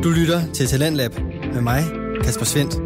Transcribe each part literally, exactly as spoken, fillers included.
Du lytter til Talentlab med mig, Kasper Svendt.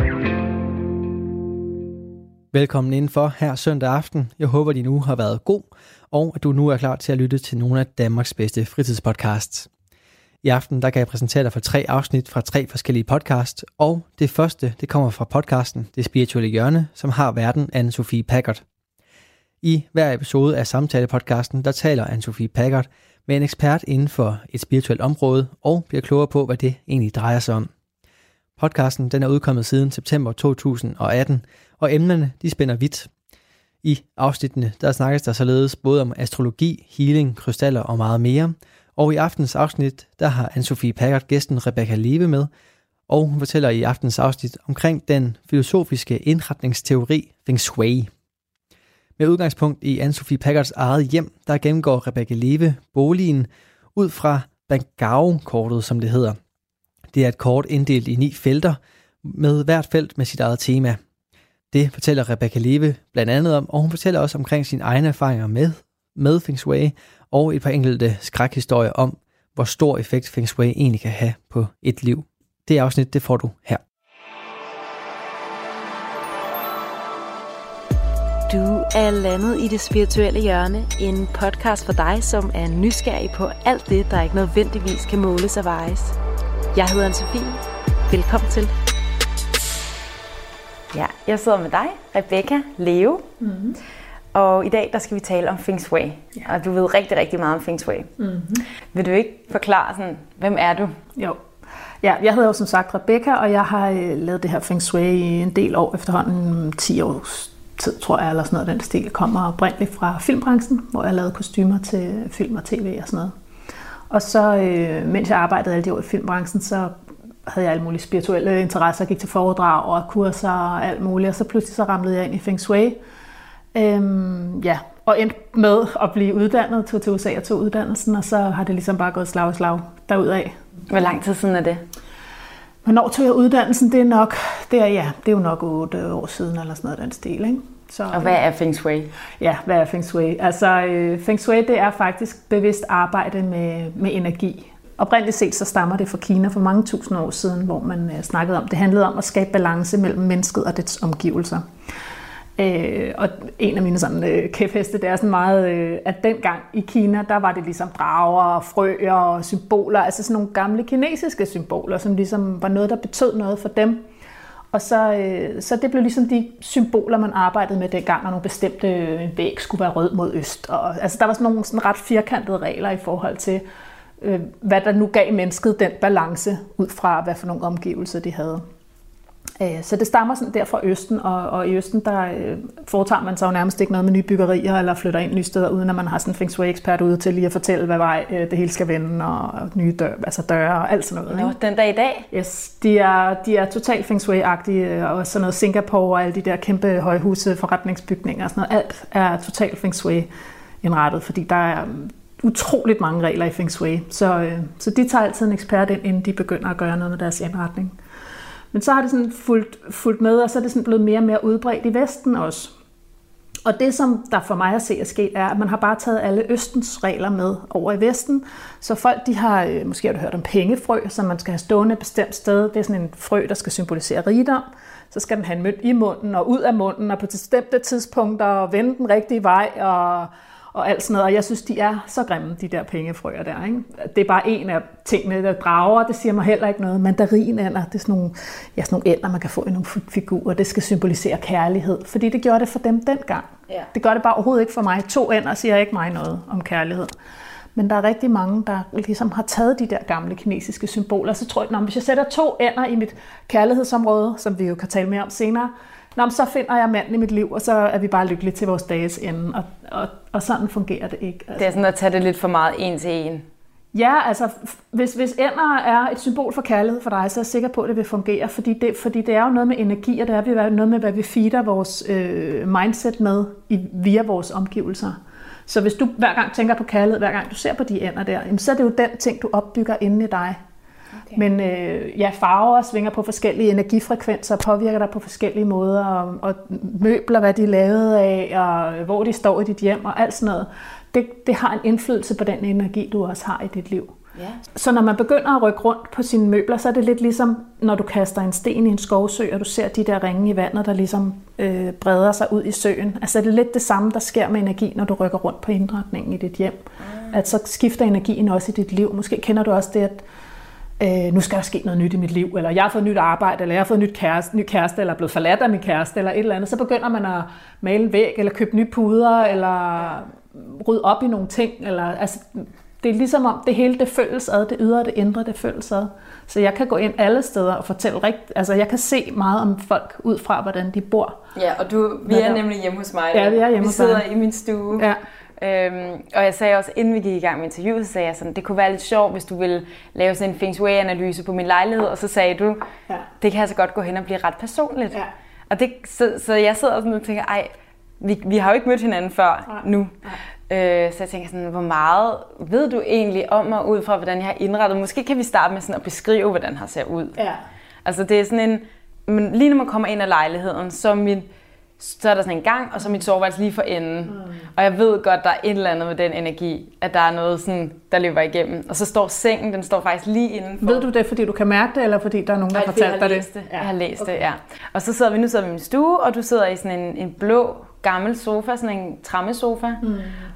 Velkommen indenfor her søndag aften. Jeg håber, din uge har været god, og at du nu er klar til at lytte til nogle af Danmarks bedste fritidspodcasts. I aften der kan jeg præsentere dig for tre afsnit fra tre forskellige podcasts, og det første det kommer fra podcasten Det Spirituelle Hjørne, som har værten Anne-Sophie Packard. I hver episode af samtalepodcasten, der taler Anne-Sophie Packard med en ekspert inden for et spirituelt område, og bliver klogere på, hvad det egentlig drejer sig om. Podcasten den er udkommet siden september to tusind og atten, og emnerne de spænder vidt. I afsnittene der snakkes der således både om astrologi, healing, krystaller og meget mere. Og i aftens afsnit der har Anne-Sophie Packard gæsten Rebecca Leve med, og hun fortæller i aftens afsnit omkring den filosofiske indretningsteori Feng Shui. Med udgangspunkt i Anne-Sophie Packards eget hjem, der gennemgår Rebecca Leve boligen ud fra Bangao-kortet, som det hedder. Det er et kort inddelt i ni felter, med hvert felt med sit eget tema. Det fortæller Rebecca Leve blandt andet om, og hun fortæller også omkring sine egne erfaringer med, med Feng Shui, og et par enkelte skrækhistorier om, hvor stor effekt Feng Shui egentlig kan have på et liv. Det afsnit, det får du her. Du er landet i Det Spirituelle Hjørne, en podcast for dig, som er nysgerrig på alt det, der ikke nødvendigvis kan måles og vejes. Jeg hedder Anne-Sophie. Velkommen til. Ja, jeg sidder med dig, Rebecca Leve. Mm-hmm. Og i dag der skal vi tale om Feng Shui. Ja. Og du ved rigtig, rigtig meget om Feng Shui. Mm-hmm. Vil du ikke forklare sådan, hvem er du? Jo. Ja, jeg hedder jo som sagt Rebecca, og jeg har lavet det her Feng Shui i en del år, efterhånden ti års tid, tror jeg, eller sådan noget. Den stil kommer oprindeligt fra filmbranchen, hvor jeg lavede kostymer til film og tv og sådan noget. Og så, øh, mens jeg arbejdede alle de år i filmbranchen, så havde jeg alle mulige spirituelle interesser, gik til foredrag og kurser og alt muligt, og så pludselig så ramlede jeg ind i Feng Shui. Øhm, ja, og endte med at blive uddannet, tog til U S A og tog uddannelsen, og så har det ligesom bare gået slag i slag derudaf. Hvor lang tid siden er det? Hvornår tog jeg uddannelsen? Det er nok, det er, ja, det er jo nok otte år siden, eller sådan noget den stil, ikke? Så, og hvad er Feng Shui? Ja, hvad er Feng Shui? Altså, øh, Feng Shui, det er faktisk bevidst arbejde med, med energi. Oprindeligt set, så stammer det fra Kina for mange tusind år siden, hvor man øh, snakkede om, det handlede om at skabe balance mellem mennesket og dets omgivelser. Øh, og en af mine sådan, øh, kæpheste, det er sådan meget, øh, at dengang i Kina, der var det ligesom drager og frøer og symboler, altså sådan nogle gamle kinesiske symboler, som ligesom var noget, der betød noget for dem. Og så, øh, så det blev ligesom de symboler, man arbejdede med dengang, når nogle bestemte øh, væg skulle være rød mod øst. Og, altså der var sådan nogle sådan ret firkantede regler i forhold til, øh, hvad der nu gav mennesket den balance, ud fra hvad for nogle omgivelser de havde. Så det stammer sådan der fra Østen, og, og i Østen der øh, foretager man sig jo nærmest ikke noget med nye byggerier, eller flytter ind nye steder, uden at man har sådan en Feng Shui-ekspert ude til lige at fortælle, hvad vej øh, det hele skal vende, og nye dør, altså døre og alt sådan noget. Nå, den dag i dag? Yes, de er, de er totalt Feng Shui-agtige, og sådan noget Singapore og alle de der kæmpe højhuse, forretningsbygninger og sådan noget. Alt er totalt Feng Shui-indrettet, fordi der er utroligt mange regler i Feng Shui, så, øh, så de tager altid en ekspert ind, inden de begynder at gøre noget med deres indretning. Men så har det sådan fulgt, fulgt med, og så er det sådan blevet mere og mere udbredt i Vesten også. Og det, som der for mig at se er sket, er, at man har bare taget alle Østens regler med over i Vesten. Så folk, de har, måske har du hørt om pengefrø, som man skal have stående et bestemt sted. Det er sådan en frø, der skal symbolisere rigdom. Så skal den have en mønt i munden og ud af munden, og på bestemte tidspunkter og vende den rigtige vej og... og alt sådan noget, og jeg synes, de er så grimme, de der pengefrøer der, ikke? Det er bare en af tingene, der drager, det siger mig heller ikke noget. Mandarinænder, det er sådan nogle, ja, sådan nogle ænder, man kan få i nogle figurer, det skal symbolisere kærlighed, fordi det gjorde det for dem dengang. Ja. Det gør det bare overhovedet ikke for mig. To ænder siger ikke mig noget om kærlighed. Men der er rigtig mange, der ligesom har taget de der gamle kinesiske symboler, så tror jeg, at hvis jeg sætter to ænder i mit kærlighedsområde, som vi jo kan tale mere om senere, Nå, så finder jeg manden i mit liv, og så er vi bare lykkelige til vores dages ende. Og, og, og sådan fungerer det ikke. Altså. Det er sådan at tage det lidt for meget en til en. Ja, altså hvis, hvis ænder er et symbol for kærlighed for dig, så er jeg sikker på, at det vil fungere. Fordi det, fordi det er jo noget med energi, og det er noget med, hvad vi feeder vores øh, mindset med i, via vores omgivelser. Så hvis du hver gang tænker på kærlighed, hver gang du ser på de ænder der, så er det jo den ting, du opbygger inde i dig. Okay. Men øh, ja, farver svinger på forskellige energifrekvenser, påvirker dig på forskellige måder, og, og møbler, hvad de er lavet af, og hvor de står i dit hjem, og alt sådan noget. Det, det har en indflydelse på den energi, du også har i dit liv. Ja. Så når man begynder at rykke rundt på sine møbler, så er det lidt ligesom, når du kaster en sten i en skovsø, og du ser de der ringe i vandet, der ligesom øh, breder sig ud i søen. Altså det er lidt det samme, der sker med energi, når du rykker rundt på indretningen i dit hjem. Mm. At så skifter energien også i dit liv. Måske kender du også det, at øh, nu skal der ske noget nyt i mit liv, eller jeg har fået nyt arbejde, eller jeg har fået nyt kæreste, ny kæreste, eller er blevet forladt af min kæreste, eller et eller andet. Så begynder man at male en væg, eller købe nye puder, eller rydde op i nogle ting. Eller, altså, det er ligesom om, det hele det føles ad, det ydre, det indre, det føles ad. Så jeg kan gå ind alle steder og fortælle rigtigt. Altså, jeg kan se meget om folk ud fra, hvordan de bor. Ja, og du, vi er nemlig hjemme hos mig. Ja, vi er hjemme Vi hos sidder dig. i min stue. Ja. Øhm, og jeg sagde også, inden vi gik i gang med interviewet, så sagde jeg sådan, det kunne være lidt sjovt, hvis du ville lave sådan en Feng Shui-analyse på min lejlighed, og så sagde du, Ja. det kan altså godt gå hen og blive ret personligt. Ja. Og det, så, så jeg sidder sådan og tænker, ej, vi, vi har jo ikke mødt hinanden før Nej. nu. Øh, så jeg tænker sådan, hvor meget ved du egentlig om mig, ud fra hvordan jeg har indrettet? Måske kan vi starte med sådan at beskrive, hvordan det ser ud. Ja. Altså det er sådan en, men lige når man kommer ind af lejligheden, så, min, så er der sådan en gang, og så er mit soveværelse lige for enden. Mm. Og jeg ved godt, der er et eller andet med den energi, at der er noget, sådan, der løber igennem. Og så står sengen, den står faktisk lige indenfor. Ved du det, fordi du kan mærke det, eller fordi der er nogen, der har fortalt dig det? det? Ja. Jeg har læst okay. det, ja. Og så sidder vi, nu sidder vi i min stue, og du sidder i sådan en, en blå, gammel sofa, sådan en trammesofa. Mm.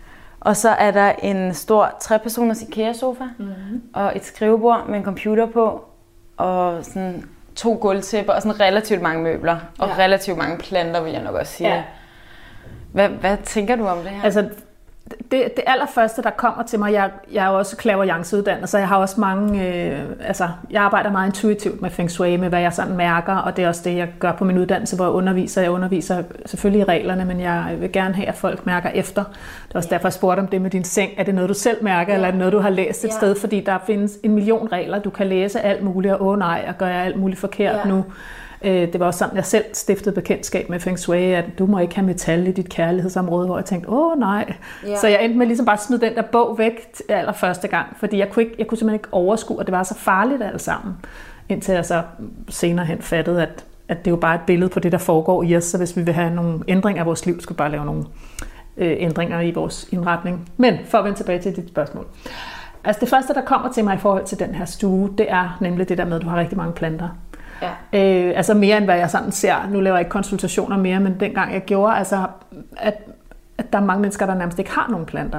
Og så er der en stor trepersoners IKEA-sofa, mm. og et skrivebord med en computer på, og sådan to gulvtæpper, og sådan relativt mange møbler, og ja. relativt mange planter, vil jeg nok også sige. Ja. Hvad, hvad tænker du om det her? Altså, det, det allerførste, der kommer til mig, jeg, jeg er jo også clairvoyance-uddannet, så jeg har også mange, øh, altså, jeg arbejder meget intuitivt med Feng Shui, med hvad jeg sådan mærker, og det er også det, jeg gør på min uddannelse, hvor jeg underviser. Jeg underviser selvfølgelig i reglerne, men jeg vil gerne have, at folk mærker efter. Det er også ja. derfor, jeg spurgte om det med din seng. Er det noget, du selv mærker, ja. eller er det noget, du har læst et ja. sted? Fordi der findes en million regler. Du kan læse alt muligt, og åh nej, og gør jeg alt muligt forkert ja. nu. Det var også sådan, jeg selv stiftede bekendtskab med Feng Shui, at du må ikke have metal i dit kærlighedsområde, hvor jeg tænkte, åh nej. Ja. Så jeg endte med ligesom bare at smide den der bog væk allerførste gang, fordi jeg kunne, ikke, jeg kunne simpelthen ikke overskue, at det var så farligt alt sammen. Indtil jeg så senere hen fattede, at, at det jo bare er et billede på det, der foregår i os, så hvis vi vil have nogle ændringer af vores liv, skal vi bare lave nogle øh, ændringer i vores indretning. Men for at vende tilbage til dit spørgsmål. Altså det første, der kommer til mig i forhold til den her stue, det er nemlig det der med, at du har rigtig mange planter. Ja. Øh, altså mere end hvad jeg sådan ser. Nu laver jeg ikke konsultationer mere, men dengang jeg gjorde, altså, at, at der er mange mennesker, der nærmest ikke har nogen planter.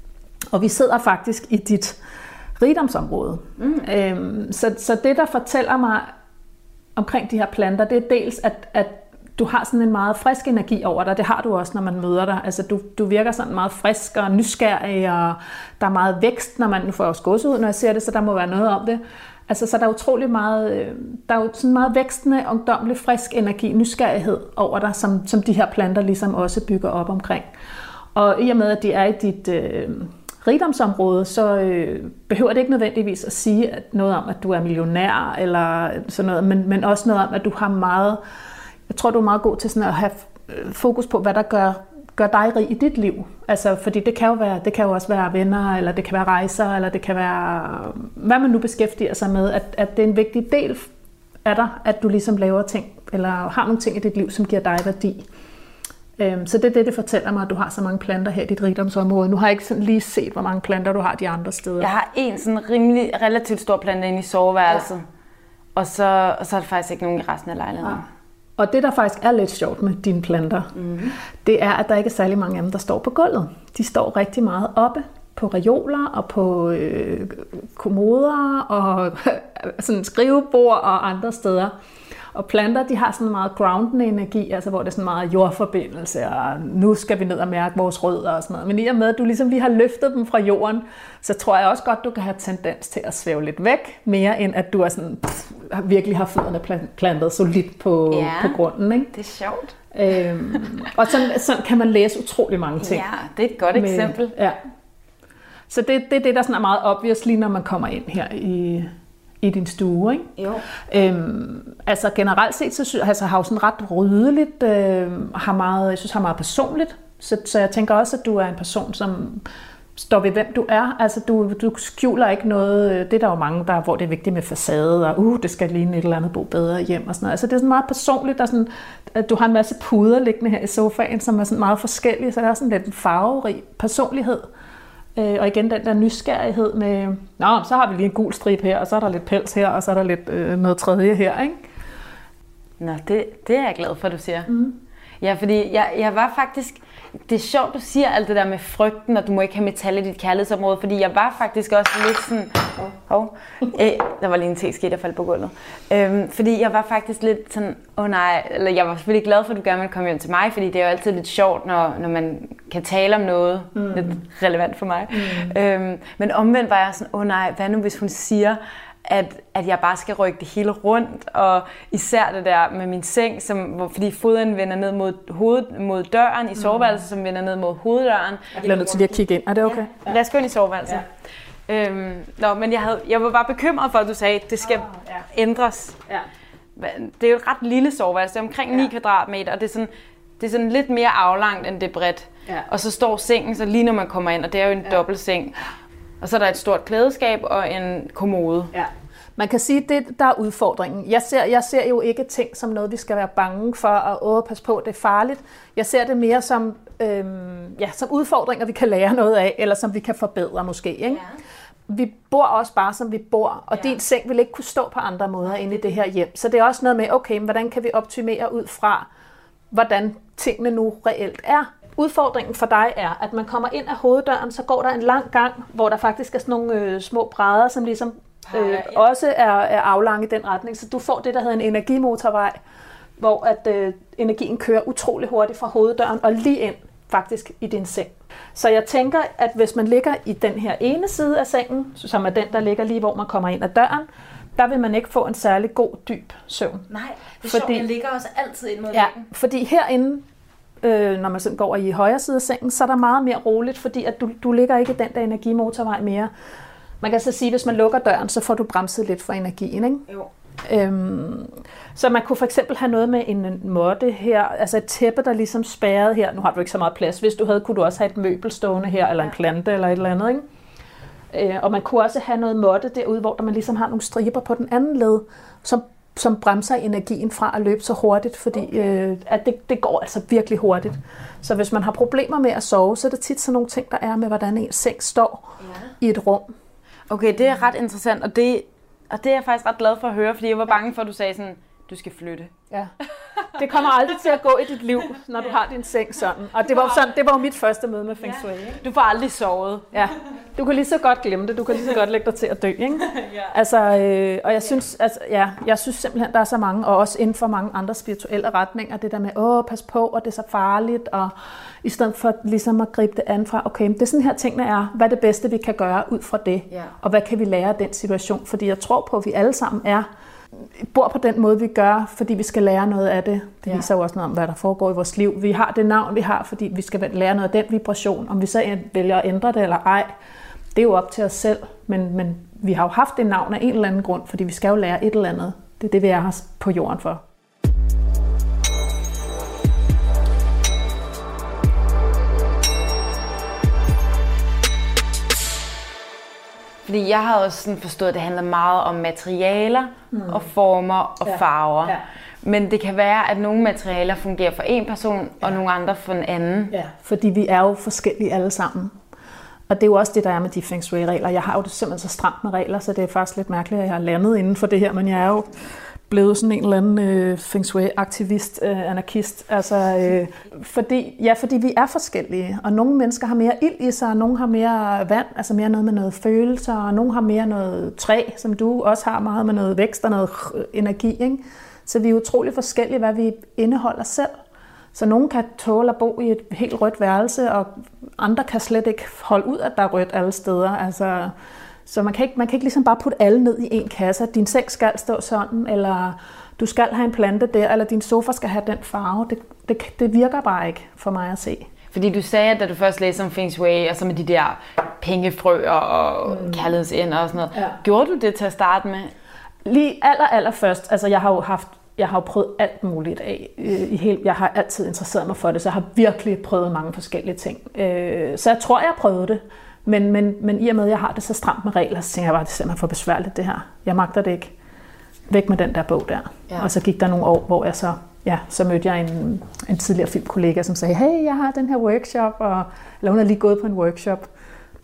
Og vi sidder faktisk i dit rigdomsområde. Mm. Øh, så, så det, der fortæller mig omkring de her planter, det er dels, at, at du har sådan en meget frisk energi over dig. Det har du også, når man møder dig. Altså, du, du virker sådan meget frisk og nysgerrig, og der er meget vækst, når man nu får også gåsehud, når jeg ser det, så der må være noget om det. Altså, så der er utrolig meget, der er jo sådan meget vækstende, ungdomlig, frisk energi, nysgerrighed over dig, som, som de her planter ligesom også bygger op omkring. Og i og med, at de er i dit øh, rigdomsområde, så øh, behøver det ikke nødvendigvis at sige at noget om, at du er millionær, eller sådan noget, men, men også noget om, at du har meget, jeg tror, du er meget god til sådan at have fokus på, hvad der gør, gør dig rig i dit liv. Altså, fordi det kan jo være, det kan jo også være venner, eller det kan være rejser, eller det kan være, hvad man nu beskæftiger sig med, at, at det er en vigtig del af dig, at du ligesom laver ting, eller har nogle ting i dit liv, som giver dig værdi. Øhm, så det er det, det fortæller mig, at du har så mange planter her i dit rigdomsområde. Nu har jeg ikke sådan lige set, hvor mange planter du har de andre steder. Jeg har en sådan rimelig, relativt stor plante inde i soveværelset, ja. og, så, og så er der faktisk ikke nogen i resten af lejligheden. Ja. Og det, der faktisk er lidt sjovt med dine planter, mm-hmm. det er, at der ikke er særlig mange af dem, der står på gulvet. De står rigtig meget oppe på reoler og på øh, kommoder og sådan skrivebord og andre steder. Og planter, de har sådan en meget groundende energi, altså hvor det er sådan meget jordforbindelse, og nu skal vi ned og mærke vores rødder og sådan noget. Men i og med, at du ligesom lige har løftet dem fra jorden, så tror jeg også godt, du kan have tendens til at svæve lidt væk, mere end at du er sådan, pff, virkelig har fødderne plantet solidt på, ja, på grunden. Ikke? Det er sjovt. Øhm, og sådan, sådan kan man læse utrolig mange ting. Ja, det er et godt med, eksempel. Ja. Så det, det er det, der sådan er meget obvious, lige når man kommer ind her i... i din stue, ikke? Jo. Øhm, altså generelt set, så altså, har jeg sådan ret ryddeligt, øh, har meget, jeg synes har meget personligt, så, så jeg tænker også, at du er en person, som står ved, hvem du er. Altså du, du skjuler ikke noget, det er der jo mange, der, hvor det er vigtigt med facade, og uh, det skal ligne et eller andet bo bedre hjem og sådan noget. Altså det er sådan meget personligt, der sådan, at du har en masse puder liggende her i sofaen, som er sådan meget forskellige, så der er sådan lidt en farverig personlighed Øh, og igen den der nysgerrighed med, nå, så har vi lige en gul strip her, og så er der lidt pels her, og så er der lidt øh, noget tredje her, ikke? Nå, det, det er jeg glad for, du siger. Mm. Ja, fordi jeg, jeg var faktisk... Det er sjovt, du siger alt det der med frygten, og du må ikke have metal i dit kærlighedsområde, fordi jeg var faktisk også lidt sådan... Åh, oh, øh, der var lige en teske, der faldt på gulvet. Øhm, fordi jeg var faktisk lidt sådan... Åh oh, nej, eller jeg var selvfølgelig glad for, at du gerne ville komme hjem til mig, fordi det er jo altid lidt sjovt, når, når man kan tale om noget mm. lidt relevant for mig. Mm. Øhm, men omvendt var jeg sådan, åh oh, nej, hvad nu hvis hun siger... At, at jeg bare skal rykke det hele rundt, og især det der med min seng, som, hvor, fordi foden vender ned mod, hovedet, mod døren i soveværelset, som vender ned mod hoveddøren. Jeg bliver nødt til lige at kigge ind. Er det okay? Ja. Lad os gå ind i soveværelset. Ja. Øhm, nå, men jeg, havde, jeg var bare bekymret for, at du sagde, at det skal oh, ja. ændres. Ja. Det er jo et ret lille soveværelse, det er omkring ja. ni kvadratmeter, og det er, sådan, det er sådan lidt mere aflangt, end det er bredt. Ja. Og så står sengen så lige når man kommer ind, og det er jo en ja. dobbeltseng. Og så er der et stort klædeskab og en kommode. Ja. Man kan sige, at det der er udfordringen. Jeg ser, jeg ser jo ikke ting som noget, vi skal være bange for, og åh, pas på, det er farligt. Jeg ser det mere som, øhm, ja, som udfordringer, vi kan lære noget af, eller som vi kan forbedre måske. Ikke? Ja. Vi bor også bare, som vi bor, og ja. din seng vil ikke kunne stå på andre måder inde i det her hjem. Så det er også noget med, okay, hvordan kan vi optimere ud fra, hvordan tingene nu reelt er. Udfordringen for dig er, at man kommer ind af hoveddøren, så går der en lang gang, hvor der faktisk er sådan nogle øh, små brædder, som ligesom øh, ja. også er, er aflange i den retning. Så du får det, der hedder en energimotorvej, hvor at øh, energien kører utrolig hurtigt fra hoveddøren og lige ind faktisk i din seng. Så jeg tænker, at hvis man ligger i den her ene side af sengen, som er den, der ligger lige, hvor man kommer ind ad døren, der vil man ikke få en særlig god, dyb søvn. Nej, det er fordi, sjovt, jeg ligger også altid ind mod ja, væggen. Fordi herinde, Øh, når man sådan går i højre side af sengen, så er der meget mere roligt, fordi at du, du ligger ikke i den der energimotorvej mere. Man kan så sige, at hvis man lukker døren, så får du bremset lidt for energien, ikke? Jo. Øhm, så man kunne for eksempel have noget med en måtte her, altså et tæppe, der ligesom spærrede her. Nu har du ikke så meget plads. Hvis du havde, kunne du også have et møbel stående her, eller en plante, eller et eller andet, ikke? Øh, og man kunne også have noget måtte derude, hvor der man ligesom har nogle striber på den anden led, som som bremser energien fra at løbe så hurtigt, fordi okay. øh, at det, det går altså virkelig hurtigt. Så hvis man har problemer med at sove, så er det tit sådan nogle ting, der er med, hvordan en seng står ja. i et rum. Okay, det er ret interessant, og det, og det er jeg faktisk ret glad for at høre, fordi jeg var bange for, at du sagde sådan, du skal flytte. Ja. Det kommer aldrig til at gå i dit liv, når du har din seng sådan. Og det var sådan, det var jo mit første møde med Feng Shui. Ikke? Du får aldrig sovet. Ja. Du kan lige så godt glemme det. Du kan lige så godt lægge dig til at dø, ikke? Ja. Altså, øh, og jeg synes, altså, ja, jeg synes simpelthen, der er så mange, og også inden for mange andre spirituelle retninger, det der med, åh, pas på, og det er så farligt, og i stedet for ligesom at gribe det an fra, okay, det er sådan her tingene er, hvad er det bedste, vi kan gøre ud fra det, ja. og hvad kan vi lære af den situation? Fordi jeg tror på, at vi alle sammen er bor på den måde, vi gør, fordi vi skal lære noget af det. Det ja. viser jo også noget om, hvad der foregår i vores liv. Vi har det navn, vi har, fordi vi skal lære noget af den vibration. Om vi så vælger at ændre det eller ej, det er jo op til os selv. Men, men vi har jo haft det navn af en eller anden grund, fordi vi skal jo lære et eller andet. Det er det, vi er her på jorden for. Fordi jeg har også sådan forstået, at det handler meget om materialer mm. og former og ja. farver. Ja. Men det kan være, at nogle materialer fungerer for en person, ja. og nogle andre for en anden. Ja, fordi vi er jo forskellige alle sammen. Og det er jo også det, der er med de Feng Shui-regler. Jeg har jo det simpelthen så stramt med regler, så det er faktisk lidt mærkeligt, at jeg har landet inden for det her. Men jeg er jo blevet sådan en eller anden øh, Feng Shui-aktivist, øh, anarkist. Altså, øh, fordi, ja, fordi vi er forskellige, og nogle mennesker har mere ild i sig, og nogle har mere vand, altså mere noget med noget følelser, og nogle har mere noget træ, som du også har meget med noget vækst og noget energi, ikke? Så vi er utrolig forskellige, hvad vi indeholder selv. Så nogen kan tåle at bo i et helt rødt værelse, og andre kan slet ikke holde ud, at der er rødt alle steder. Altså, så man kan, ikke, man kan ikke ligesom bare putte alle ned i en kasse. Din seng skal stå sådan, eller du skal have en plante der, eller din sofa skal have den farve. Det, det, det virker bare ikke for mig at se. Fordi du sagde, at da du først læste om Feng Shui, og så med de der pengefrøer og mm. kærlighedsænder og sådan noget. Ja. Gjorde du det til at starte med? Lige aller, aller først. Altså, jeg har jo haft Jeg har jo prøvet alt muligt af. I hele, jeg har altid interesseret mig for det, så jeg har virkelig prøvet mange forskellige ting. Så jeg tror, jeg har prøvet det. Men, men, men i og med, at jeg har det så stramt med regler, så tænker jeg bare, at det er simpelthen for besværligt det her. Jeg magter det ikke. Væk med den der bog der. Ja. Og så gik der nogle år, hvor jeg så, ja, så mødte jeg en, en tidligere filmkollega, som sagde, hey, jeg har den her workshop, og, eller hun har lige gået på en workshop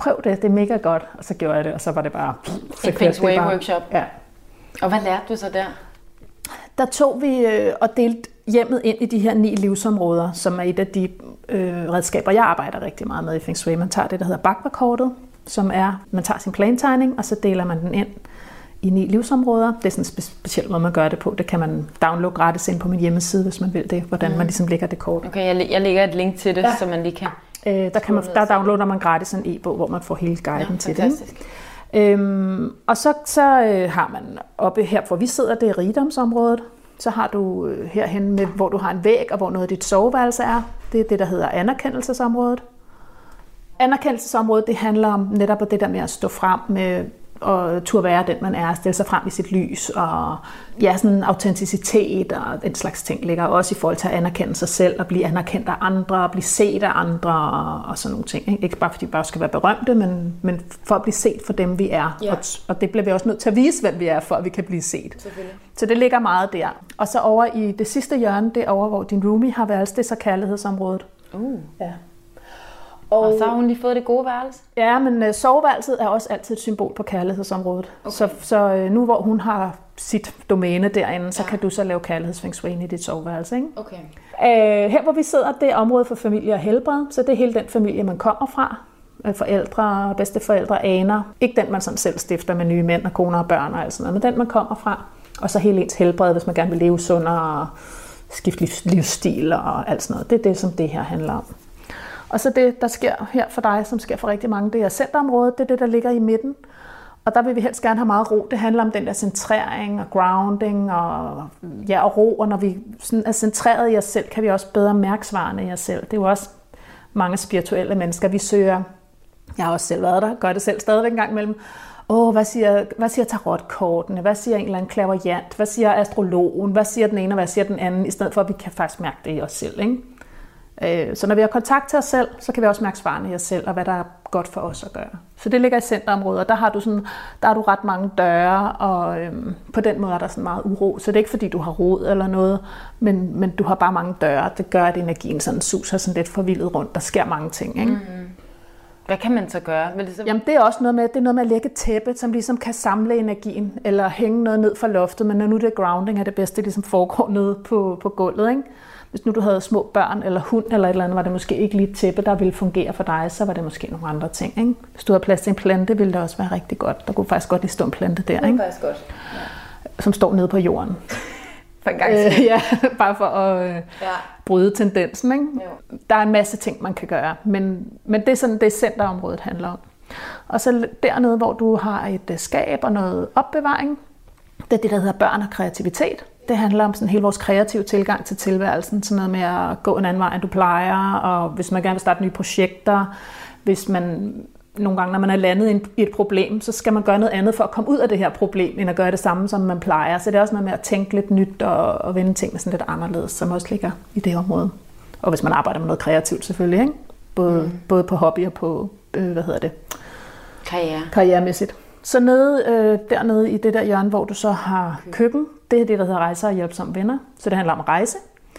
prøv det, det er mega godt. Og så gjorde jeg det, og så var det bare... Et Feng Shui-workshop? Ja. Og hvad lærte du så der? Der tog vi øh, og delte hjemmet ind i de her ni livsområder, som er et af de øh, redskaber, jeg arbejder rigtig meget med i Feng Shui. Man tager det, der hedder Bakwa-kortet, som er, man tager sin plantegning, og så deler man den ind i ni livsområder. Det er sådan en speciel måde, man gør det på. Det kan man downloade gratis ind på min hjemmeside, hvis man vil det, hvordan mm. man ligesom lægger det kort. Okay, jeg, jeg lægger et link til det, ja. Så man lige kan... Øh, der, kan man, der downloader man gratis en e-bog, hvor man får hele guiden ja, til det. Øhm, og så, så øh, har man oppe her, hvor vi sidder, det er rigdomsområdet. Så har du øh, herhen, med, hvor du har en væg, og hvor noget af dit soveværelse er. Det er det, der hedder anerkendelsesområdet. Anerkendelsesområdet, det handler om netop det der med at stå frem med og turde være den, man er, stille sig frem i sit lys, og ja, sådan autenticitet og den slags ting ligger også i forhold til at anerkende sig selv, og blive anerkendt af andre, og blive set af andre, og, og sådan nogle ting. Ikke, ikke bare fordi vi bare skal være berømte, men, men for at blive set for dem, vi er. Ja. Og, og det bliver vi også nødt til at vise, hvem vi er, for at vi kan blive set. Så det ligger meget der. Og så over i det sidste hjørne, det er over, hvor din roomie har værelse, det er så kærlighedsområdet. Uh. Ja. Og, og så har hun lige fået det gode værelse? Ja, men uh, soveværelset er også altid et symbol på kærlighedsområdet. Okay. Så, så uh, nu hvor hun har sit domæne derinde, ja. Så kan du så lave kærlighedsfeng shui i dit soveværelse. Ikke? Okay. Uh, her hvor vi sidder, det er området for familie og helbred, så det er hele den familie, man kommer fra. Uh, forældre, bedsteforældre, aner. Ikke den, man sådan selv stifter med nye mænd og koner og børn og alt sådan noget, men den, man kommer fra. Og så hele ens helbred, hvis man gerne vil leve sundere og skifte livsstil og alt sådan noget. Det er det, som det her handler om. Og så det, der sker her for dig, som sker for rigtig mange, det er centerområdet, det er det, der ligger i midten. Og der vil vi helst gerne have meget ro. Det handler om den der centrering og grounding og, ja, og ro. Og når vi sådan er centreret i os selv, kan vi også bedre mærke svarene i os selv. Det er jo også mange spirituelle mennesker, vi søger. Jeg har også selv været der, gør det selv stadigvæk en gang imellem. Åh, hvad siger, hvad siger tarotkortene? Hvad siger en eller anden clairvoyant? Hvad siger astrologen? Hvad siger den ene, og hvad siger den anden? I stedet for, at vi kan faktisk mærke det i os selv, ikke? Så når vi har kontakt til os selv, så kan vi også mærke svarene i os selv, og hvad der er godt for os at gøre. Så det ligger i centerområdet, og der har du, sådan, der har du ret mange døre, og øhm, på den måde er der sådan meget uro. Så det er ikke fordi, du har rod eller noget, men, men du har bare mange døre. Det gør, at energien sådan suser sådan lidt forvildet rundt. Der sker mange ting, ikke? Mm-hmm. Hvad kan man så gøre? Vil det så... Jamen det er også noget med, det er noget med at lægge et tæppe, som ligesom kan samle energien, eller hænge noget ned fra loftet, men når nu det er grounding, er det bedste, det ligesom foregår nede på, på gulvet, ikke? Hvis nu du havde små børn eller hund eller et eller andet, var det måske ikke lige et tæppe, der ville fungere for dig, så var det måske nogle andre ting, ikke? Hvis du havde plads til en plante, ville det også være rigtig godt. Der kunne faktisk godt lige stå en plante der, ikke? Det er faktisk godt, ja. Som står nede på jorden. For en gang siden. Øh, ja, bare for at øh, ja. bryde tendensen, ikke? Jo. Der er en masse ting, man kan gøre, men, men det er sådan, det centerområdet handler om. Og så dernede, hvor du har et skab og noget opbevaring, det er det, der hedder børn og kreativitet. Det handler om sådan hele vores kreative tilgang til tilværelsen, sådan noget med at gå en anden vej, end du plejer, og hvis man gerne vil starte nye projekter, hvis man nogle gange, når man er landet i et problem, så skal man gøre noget andet for at komme ud af det her problem, end at gøre det samme, som man plejer. Så det er også noget med at tænke lidt nyt og, og vende tingene sådan lidt anderledes, som også ligger i det område. Og hvis man arbejder med noget kreativt selvfølgelig, ikke? Både, mm. både på hobby og på, øh, hvad hedder det? Karriere. Karrieremæssigt. Så nede, øh, dernede i det der hjørne, hvor du så har køkken, det er det, der hedder rejser og hjælpsomme venner. Så det handler om at rejse.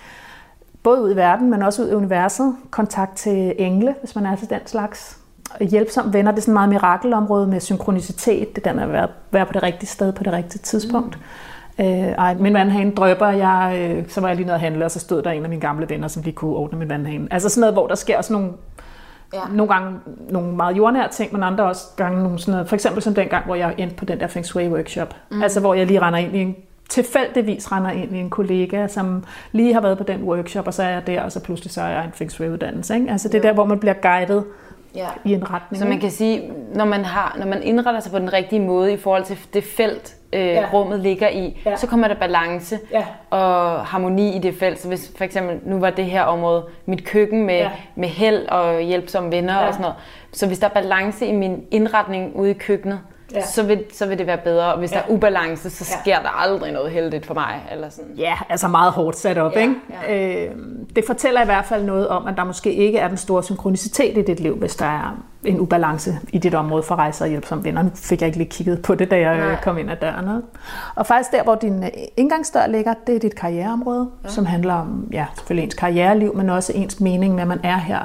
Både ud i verden, men også ud i universet. Kontakt til engle, hvis man er til den slags. Hjælpsomme venner, det er sådan meget mirakelområde med synkronicitet. Det der med at være, være på det rigtige sted på det rigtige tidspunkt. Mm. Øh, ej, min vandhane drøber, jeg, øh, så var jeg lige nede at handle, og så stod der en af mine gamle venner, som lige kunne ordne min vandhane. Altså sådan noget, hvor der sker også nogle... Ja. Nogle gange nogle meget jordnære ting, men andre også gange nogle sådan noget. For eksempel som den gang, hvor jeg endte på den der Feng Shui workshop. Mm. Altså hvor jeg lige render ind i en, tilfældigvis render ind i en kollega, som lige har været på den workshop, og så er jeg der, og så pludselig så er jeg en Feng Shui uddannelse. Ikke? Altså det er der, hvor man bliver guidet ja. i en retning. Så man kan sige, når man, har, når man indretter sig på den rigtige måde i forhold til det felt, øh, ja. rummet ligger i, ja. så kommer der balance ja. og harmoni i det felt. Så hvis for eksempel, nu var det her område mit køkken med, ja. med held og hjælpsomme venner ja. og sådan noget. Så hvis der er balance i min indretning ude i køkkenet, ja. så, vil, så vil det være bedre. Og hvis ja. der er ubalance, så sker ja. der aldrig noget heldigt for mig. Eller sådan. Ja, altså meget hårdt sat op. Ja. Ikke? Ja. Øh, det fortæller i hvert fald noget om, at der måske ikke er den store synkronicitet i dit liv, hvis der er en ubalance i dit område for rejser og hjælpsomme venner. Nu fik jeg ikke lige kigget på det, da jeg Nej. kom ind ad døren. Og faktisk der, hvor din indgangsdør ligger, det er dit karriereområde, ja. som handler om ja, selvfølgelig ens karriereliv, men også ens mening med, at man er her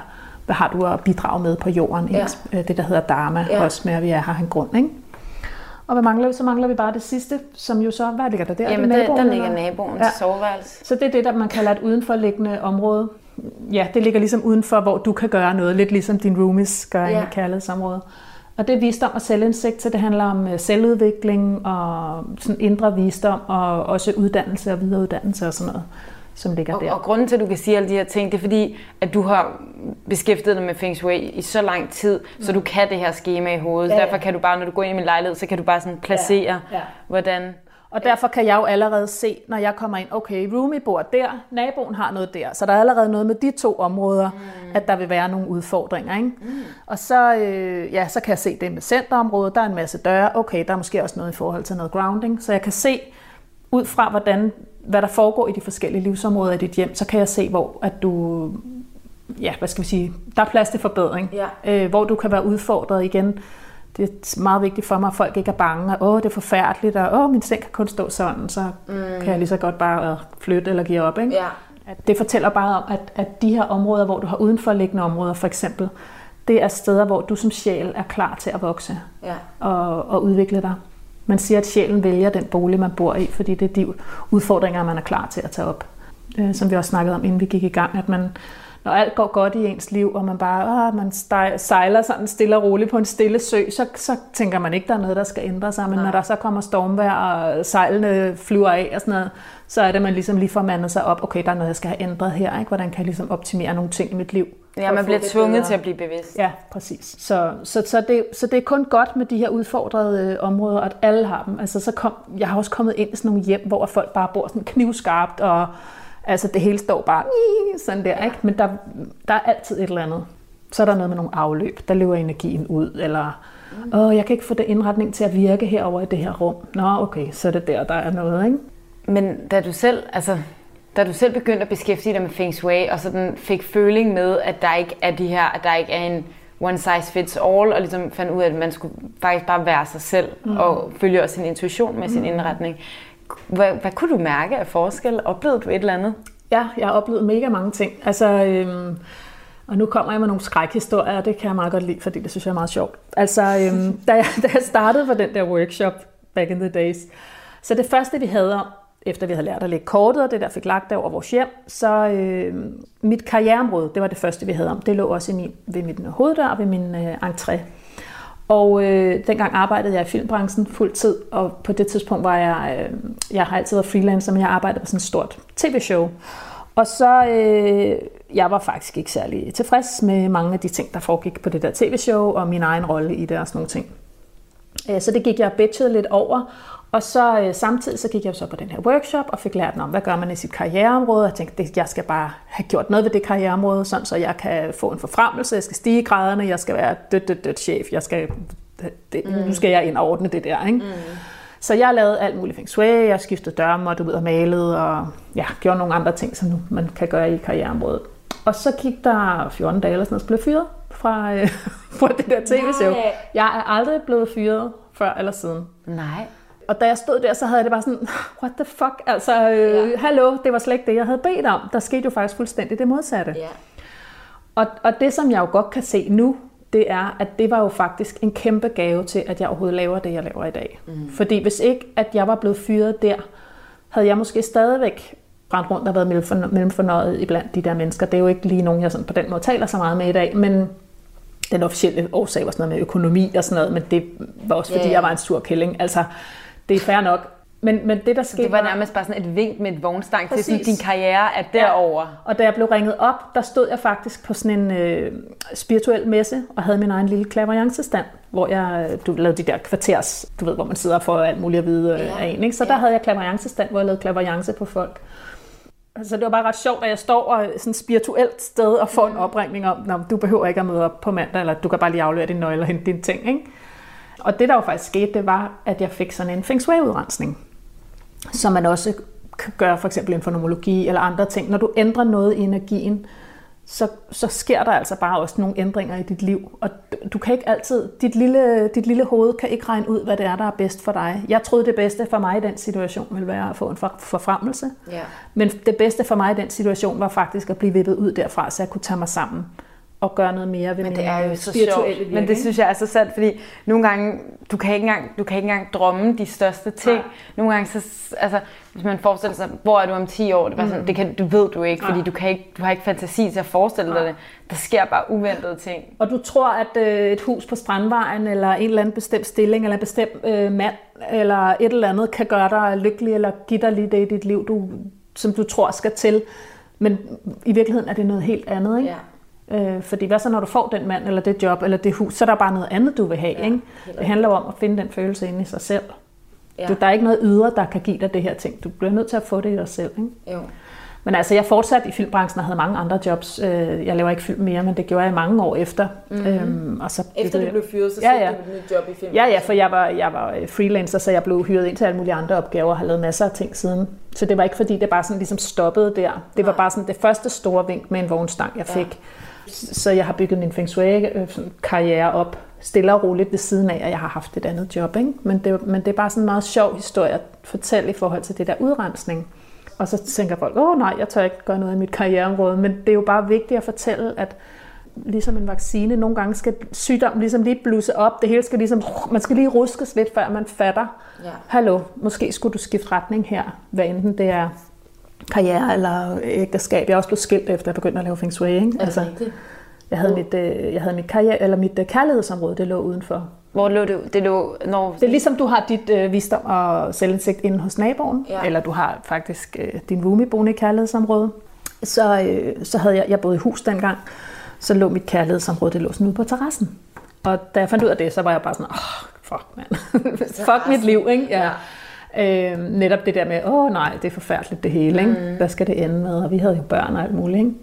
hvad har du at bidrage med på jorden, ja. Det der hedder dharma, ja. Også med at vi er her en grund, ikke? Og hvad mangler vi? Så mangler vi bare det sidste, som jo så, hvad ligger der der? Jamen, der, der ligger naboens ja. Soveværelse. Så det er det, der man kalder et udenforliggende område. Ja, det ligger ligesom udenfor, hvor du kan gøre noget, lidt ligesom din roomies gør ja. I kærlighedsområdet. Og det er visdom og selvindsigt, så det handler om selvudvikling og sådan indre visdom, og også uddannelse og videreuddannelse og sådan noget, som ligger og, der. Og grunden til, at du kan sige alle de her ting, det er fordi, at du har beskæftiget dig med Feng Shui i så lang tid, mm. så du kan det her skema i hovedet. Ja, ja. Derfor kan du bare, når du går ind i min lejlighed, så kan du bare sådan placere, ja, ja. hvordan... Og derfor kan jeg jo allerede se, når jeg kommer ind, okay, roomie bor der, naboen har noget der, så der er allerede noget med de to områder, mm. at der vil være nogle udfordringer, ikke? Mm. Og så, øh, ja, så kan jeg se det med centerområdet, der er en masse døre, okay, der er måske også noget i forhold til noget grounding, så jeg kan se ud fra, hvordan, hvad der foregår i de forskellige livsområder i dit hjem, så kan jeg se, hvor at du, ja, hvad skal vi sige, der er plads til forbedring, ja. øh, hvor du kan være udfordret igen. Det er meget vigtigt for mig, at folk ikke er bange, og åh, det er forfærdeligt, og åh, min seng kan kun stå sådan, så mm. kan jeg lige så godt bare øh, flytte eller give op. Ikke? Ja. Det fortæller bare om, at, at de her områder, hvor du har udenforliggende områder, for eksempel, det er steder, hvor du som sjæl er klar til at vokse ja. og, og udvikle dig. Man siger, at sjælen vælger den bolig, man bor i, fordi det er de udfordringer, man er klar til at tage op. Øh, som vi også snakkede om, inden vi gik i gang, at man... Når alt går godt i ens liv, og man bare ah, man sejler sådan stille og roligt på en stille sø, så, så tænker man ikke, der er noget, der skal ændre sig. Men Nej. Når der så kommer stormvejr, og sejlene flyver af og sådan noget, så er det, man ligesom lige får mandet sig op. Okay, der er noget, jeg skal have ændret her. Ikke? Hvordan kan jeg ligesom optimere nogle ting i mit liv? Ja, man bliver tvunget til at blive bevidst. Ja, præcis. Så, så, så, det, så det er kun godt med de her udfordrede øh, områder, at alle har dem. Altså, så kom, jeg har også kommet ind i sådan nogle hjem, hvor folk bare bor sådan knivskarpt, og altså det hele står bare sådan der, ja. Ikke? Men der, der er altid et eller andet. Så er der noget med nogle afløb, der løber energien ud, eller mm. åh, jeg kan ikke få det indretning til at virke herover i det her rum. Nå, okay, så er det der, der er noget, ikke? Men da du selv, altså, da du selv begyndte at beskæftige dig med Feng Shui, og sådan fik føling med, at der ikke er de her, at der ikke er en one size fits all, og ligesom fandt ud af, at man skulle faktisk bare være sig selv, mm. og følge også sin intuition med mm. sin indretning. Hvad, hvad kunne du mærke af forskel? Oplevede du et eller andet? Ja, jeg har oplevet mega mange ting. Altså, øhm, og nu kommer jeg med nogle skrækhistorier, og det kan jeg meget godt lide, fordi det synes jeg er meget sjovt. Altså, øhm, da, jeg, da jeg startede på den der workshop back in the days, så det første vi havde, efter vi havde lært at lægge kortet, og det der fik lagt over vores hjem, så øhm, mit karriereområde, det var det første vi havde om. Det lå også i min, ved min hoveddør og ved min øh, entré. Og øh, dengang arbejdede jeg i filmbranchen fuld tid, og på det tidspunkt var jeg, øh, jeg har altid været freelancer, men jeg arbejdede på sådan et stort tv-show. Og så, øh, jeg var faktisk ikke særlig tilfreds med mange af de ting, der foregik på det der tv-show, og min egen rolle i det og sådan nogle ting. Øh, så det gik jeg bitchet lidt over, og så øh, samtidig så gik jeg så på den her workshop, og fik lært om, hvad gør man i sit karriereområde. Jeg tænkte, at jeg skal bare have gjort noget ved det karriereområde, sådan så jeg kan få en forfremmelse, jeg skal stige i graderne, jeg skal være dødt, dødt, dødt chef, jeg skal, det, mm. nu skal jeg ind og ordne det der, ikke? Mm. Så jeg lavede alt muligt Feng Shui, jeg skiftede dørmer, du ved, og malede, og ja, gjorde nogle andre ting, som man kan gøre i karriereområdet. Og så gik der fjorten dage eller sådan noget, så blev fyret fra, øh, fra det der tv-show. Jeg er aldrig blevet fyret før eller siden. Nej. Og da jeg stod der, så havde jeg det bare sådan, what the fuck, altså, øh, ja. hallo, det var slet ikke det, jeg havde bedt om. Der skete jo faktisk fuldstændig det modsatte. Ja. Og, og det, som jeg jo godt kan se nu, det er, at det var jo faktisk en kæmpe gave til, at jeg overhovedet laver det, jeg laver i dag. Mm. Fordi hvis ikke, at jeg var blevet fyret der, havde jeg måske stadigvæk brændt rundt og været mellemfornøjet iblandt de der mennesker. Det er jo ikke lige nogen, jeg sådan på den måde taler så meget med i dag, men den officielle årsag var sådan noget med økonomi og sådan noget, men det var også fordi, yeah. jeg var en sur kælling. Altså, det er fair nok. Men, men det, der skete, det var nærmest bare sådan et vink med et vognstang til, sådan, din karriere er derovre. Ja. Og da jeg blev ringet op, der stod jeg faktisk på sådan en øh, spirituel messe, og havde min egen lille clairvoyance-stand, hvor jeg du lavede de der kvarters, du ved, hvor man sidder for alt muligt at vide øh, ja. af en. Ikke? Så ja. der havde jeg clairvoyance-stand, hvor jeg lavede clairvoyance på folk. Så det var bare ret sjovt, at jeg står og sådan et spirituelt sted og får en opringning om, at du behøver ikke at møde op på mandag, eller du kan bare lige aflevere dine nøgler og hente dine ting. Ikke? Og det, der jo faktisk skete, det var, at jeg fik sådan en Feng Shui-udrensning, som man også kan gøre for eksempel inden for nomologi eller andre ting. Når du ændrer noget i energien, så, så sker der altså bare også nogle ændringer i dit liv. Og du kan ikke altid, dit lille, dit lille hoved kan ikke regne ud, hvad det er, der er bedst for dig. Jeg troede, det bedste for mig i den situation ville være at få en forfremmelse. Yeah. Men det bedste for mig i den situation var faktisk at blive vippet ud derfra, så jeg kunne tage mig sammen at gøre noget mere ved men min det er jo så spirituelle sjovt. virke. Men det synes jeg er så sandt, fordi nogle gange, du kan ikke engang, du kan ikke engang drømme de største ting. Nej. Nogle gange, så, altså, hvis man forestiller sig, hvor er du om ti år, det, var sådan, mm. det, kan, du ved du ikke, fordi du, kan ikke, du har ikke fantasi til at forestille dig det. Der sker bare uventede ting. Og du tror, at øh, et hus på Strandvejen, eller en eller anden bestemt stilling, eller en bestemt øh, mand, eller et eller andet, kan gøre dig lykkelig, eller give dig lige det i dit liv, du, som du tror skal til. Men i virkeligheden er det noget helt andet, ikke? Ja. Øh, fordi hvad så, når du får den mand, eller det job, eller det hus, så er der bare noget andet, du vil have, ja, ikke? Det handler om at finde den følelse inde i sig selv. Ja. Du, der er ikke noget ydre, der kan give dig det her ting. Du bliver nødt til at få det i dig selv, ikke? Jo. Men altså, jeg fortsatte i filmbranchen og havde mange andre jobs. Jeg laver ikke film mere, men det gjorde jeg mange år efter. Mm-hmm. Øhm, og så efter du blev fyret, så ja, ja. søgte du et nyt job i film? Ja, ja, for jeg var, jeg var freelancer, så jeg blev hyret ind til alle mulige andre opgaver og har lavet masser af ting siden. Så det var ikke fordi, det bare sådan ligesom stoppede der. Det var bare sådan det første store vink med en vognstang, jeg fik. Ja. Så jeg har bygget min Feng Shui-karriere op stille og roligt ved siden af, at jeg har haft et andet job. Ikke? Men, det, men det er bare sådan en meget sjov historie at fortælle i forhold til det der udrensning. Og så tænker folk, åh nej, jeg tør ikke gøre noget i mit karriereområde. Men det er jo bare vigtigt at fortælle, at ligesom en vaccine, nogle gange skal sygdommen ligesom lige blusse op. Det hele skal ligesom, man skal lige ruskes lidt, før man fatter. Ja. Hallo, måske skulle du skifte retning her, hvad enten det er karriere eller ægteskab. Jeg er også blevet skilt efter, jeg begyndte at lave Feng Shui. Ikke? Altså, jeg havde mit, jeg havde mit, karriere, eller mit kærlighedsområde, det lå udenfor. Hvor lå det? Det, lå, når... det er ligesom, du har dit øh, visdom og selvindsigt inde hos naboen, ja. Eller du har faktisk øh, din Wumi boende i kærlighedsområdet. Så, øh, så havde jeg, jeg boede i hus dengang, så lå mit kærlighedsområde, det lå sådan ude på terrassen. Og da jeg fandt ud af det, så var jeg bare sådan, åh, oh, fuck mand, fuck mit liv, ikke? Ja. Ja. Øh, netop det der med, åh oh, nej, det er forfærdeligt det hele, ikke? Mm. Hvad skal det ende med? Og vi havde jo børn og alt muligt, ikke?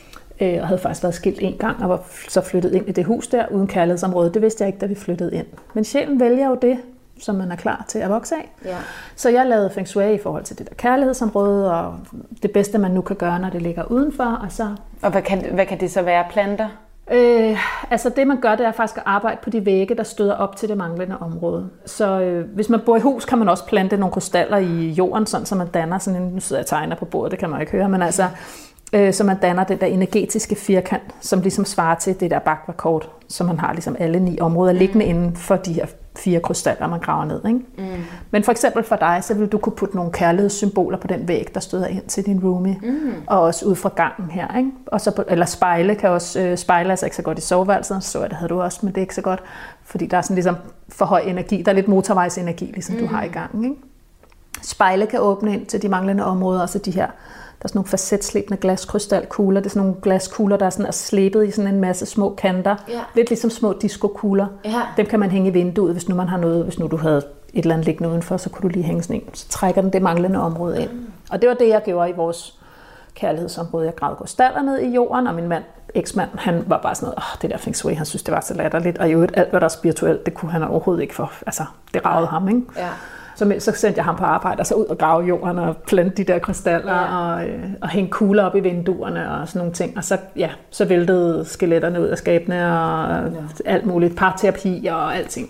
Og havde faktisk været skilt en gang og var så flyttet ind i det hus der uden kærlighedsområde. Det vidste jeg ikke, da vi flyttede ind. Men sjælen vælger jo det, som man er klar til at vokse af. Ja. Så jeg lavede Feng Shui i forhold til det der kærlighedsområde, og det bedste, man nu kan gøre, når det ligger udenfor. Og, så... og hvad, kan, hvad kan det så være? Planter? Øh, altså det, man gør, det er faktisk at arbejde på de vægge, der støder op til det manglende område. Så øh, hvis man bor i hus, kan man også plante nogle krystaller i jorden, sådan, så man danner sådan en... Nu sidder jeg og tegner på bordet, det kan man ikke høre, men altså... Så man danner den der energetiske firkant, som ligesom svarer til det der bakvakort, som man har ligesom alle ni områder liggende mm. inden for de her fire krystaller, man graver ned. Ikke? Mm. Men for eksempel for dig, så vil du kunne putte nogle kærlighedssymboler på den væg, der støder ind til din roomie, mm. og også ud fra gangen her. Ikke? Og så på, eller spejle kan også, øh, spejle altså ikke så godt i soveværelset, så det havde du også, men det er ikke så godt, fordi der er sådan ligesom for høj energi, der er lidt motorvejsenergi, ligesom mm. du har i gangen. Ikke? Spejle kan åbne ind til de manglende områder, og så de her. Der er sådan nogle facetslebende glaskrystalkugler. Det er sådan nogle glaskugler, der er, sådan, er slebet i sådan en masse små kanter. Ja. Lidt ligesom små diskokugler. Ja. Dem kan man hænge i vinduet, hvis nu man har noget. Hvis nu du havde et eller andet liggende udenfor, så kunne du lige hænge sådan en. Så trækker den det manglende område ind. Mm. Og det var det, jeg gjorde i vores kærlighedsområde. Jeg gravede krystaller ned i jorden, og min mand, eksmand, han var bare sådan noget, åh, det der Feng Shui, han synes, det var så latterligt. Og i øvrigt, alt hvad der er spirituelt, det kunne han overhovedet ikke for. Altså, det ragede ham, ikke? Ja. Så, så sendte jeg ham på arbejde, og så ud og grave jorden og plante de der krystaller, ja. og, øh, og hænge kugler op i vinduerne og sådan nogle ting. Og så, ja, så væltede skeletterne ud af skabene og ja. alt muligt, parterapi og alting.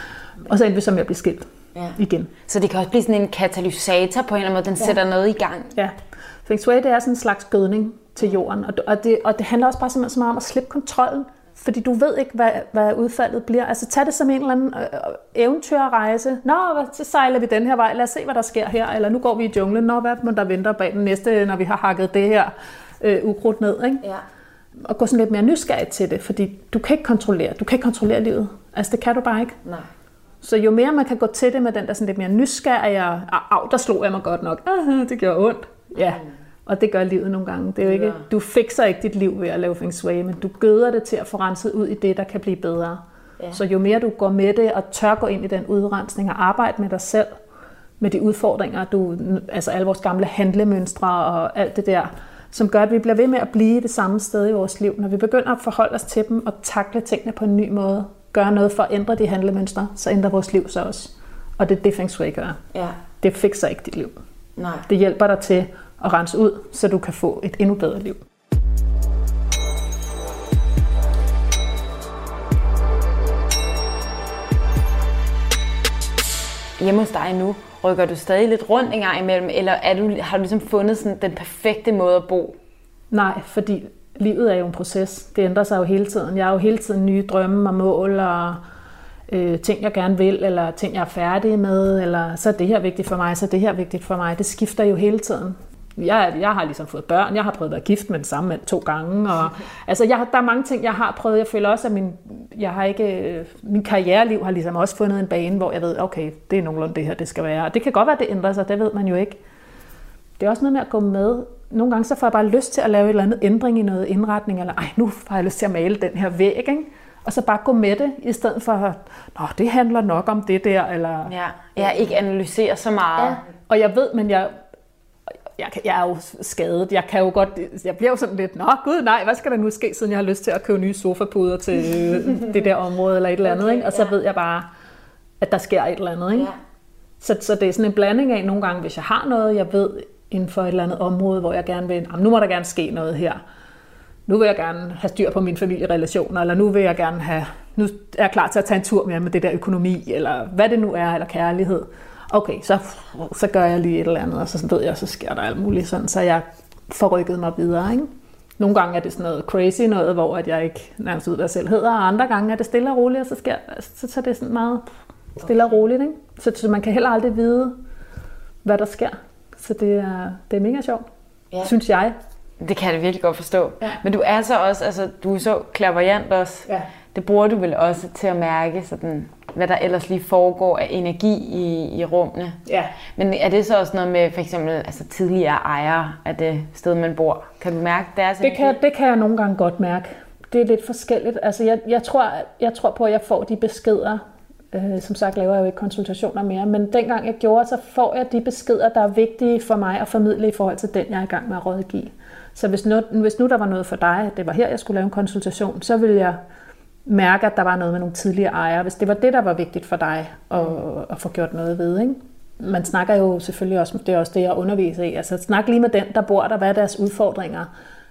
Og så endte vi så med at blive skilt ja. igen. Så det kan også blive sådan en katalysator på en eller anden måde, den ja. sætter noget i gang. Ja, Feng Shui, det er sådan en slags gødning til jorden, og, og, det, og det handler også bare simpelthen så meget om at slippe kontrollen. Fordi du ved ikke, hvad, hvad udfaldet bliver. Altså tag det som en eller anden øh, eventyrrejse. Nå, så sejler vi den her vej. Lad os se, hvad der sker her. Eller nu går vi i junglen. Nå, hvad må der venter bag den næste, når vi har hakket det her øh, ukrudt ned. Ikke? Ja. Og gå sådan lidt mere nysgerrig til det. Fordi du kan ikke kontrollere. Du kan ikke kontrollere livet. Altså det kan du bare ikke. Nej. Så jo mere man kan gå til det med den der sådan lidt mere nysgerrig. Og, au, der slog jeg mig godt nok. Aha, det gjorde ondt. Ja. Mm. Og det gør livet nogle gange. Det er jo ikke, du fikser ikke dit liv ved at lave Feng Shui, men du gøder det til at få renset ud i det, der kan blive bedre. Ja. Så jo mere du går med det og tør gå ind i den udrensning og arbejde med dig selv, med de udfordringer, du, altså alle vores gamle handlemønstre og alt det der, som gør, at vi bliver ved med at blive det samme sted i vores liv. Når vi begynder at forholde os til dem og takle tingene på en ny måde, gøre noget for at ændre de handlemønstre, så ændrer vores liv så også. Og det er det, Feng Shui gør. Ja. Det fikser ikke dit liv. Nej. Det hjælper dig til at rense ud, så du kan få et endnu bedre liv. Hjemme hos dig nu, rykker du stadig lidt rundt en gang imellem, eller er du, har du ligesom fundet sådan den perfekte måde at bo? Nej, fordi livet er jo en proces. Det ændrer sig jo hele tiden. Jeg har jo hele tiden nye drømme og mål og øh, ting, jeg gerne vil, eller ting, jeg er færdig med, eller så er det her vigtigt for mig, så er det her vigtigt for mig. Det skifter jo hele tiden. Jeg, jeg har ligesom fået børn, jeg har prøvet at være gift med den samme mand to gange, og altså jeg, der er mange ting, jeg har prøvet. Jeg føler også, at min, jeg har ikke, min karriereliv har ligesom også fundet en bane, hvor jeg ved, okay, det er nogenlunde det her, det skal være. Og det kan godt være, at det ændrer sig, det ved man jo ikke. Det er også noget med at gå med. Nogle gange så får jeg bare lyst til at lave et eller andet ændring i noget indretning, eller ej, nu har jeg lyst til at male den her væg, ikke? Og så bare gå med det, i stedet for at, nå, det handler nok om det der, eller... Ja, jeg ikke analyserer så meget. Ja. Og jeg ved, men jeg... Jeg, jeg er jo skadet. Jeg kan jo godt, jeg bliver jo sådan lidt, nå gud nej, hvad skal der nu ske, siden jeg har lyst til at købe nye sofapuder til det der område eller et eller andet, okay, ikke? Og så ja. ved jeg bare, at der sker et eller andet, ikke? Ja. Så, så det er sådan en blanding af nogle gange, hvis jeg har noget, jeg ved inden for et eller andet område, hvor jeg gerne vil, nu må der gerne ske noget her. Nu vil jeg gerne have styr på mine familierelationer, eller nu vil jeg gerne have, nu er jeg klar til at tage en tur mere med det der økonomi, eller hvad det nu er, eller kærlighed. Okay, så, så gør jeg lige et eller andet, og så ved jeg, så sker der alt muligt sådan, så jeg får rykket mig videre, ikke? Nogle gange er det sådan noget crazy noget, hvor at jeg ikke nærmest ved, hvad jeg selv hedder, og andre gange er det stille og roligt, og så, sker, så, så er det sådan meget stille og roligt, ikke? Så, så man kan heller aldrig vide, hvad der sker. Så det er, det er mega sjovt, ja. Synes jeg. Det kan jeg virkelig godt forstå. Ja. Men du er så også, altså du er så clairvoyant også. Ja. Det bruger du vel også til at mærke sådan, hvad der ellers lige foregår af energi i, i rummene. Ja. Men er det så også noget med for eksempel altså, tidligere ejere af det sted, man bor? Kan du mærke deres det kan, det kan jeg nogle gange godt mærke. Det er lidt forskelligt. Altså, jeg, jeg, tror, jeg tror på, at jeg får de beskeder. Øh, som sagt laver jeg jo ikke konsultationer mere. Men dengang jeg gjorde, så får jeg de beskeder, der er vigtige for mig at formidle i forhold til den, jeg er i gang med at rådgive. Så hvis nu, hvis nu der var noget for dig, at det var her, jeg skulle lave en konsultation, så ville jeg mærke, at der var noget med nogle tidligere ejere, hvis det var det, der var vigtigt for dig at, at få gjort noget ved, ikke? Man snakker jo selvfølgelig også, det er også det, jeg underviser i, altså snak lige med den, der bor der, hvad er deres udfordringer,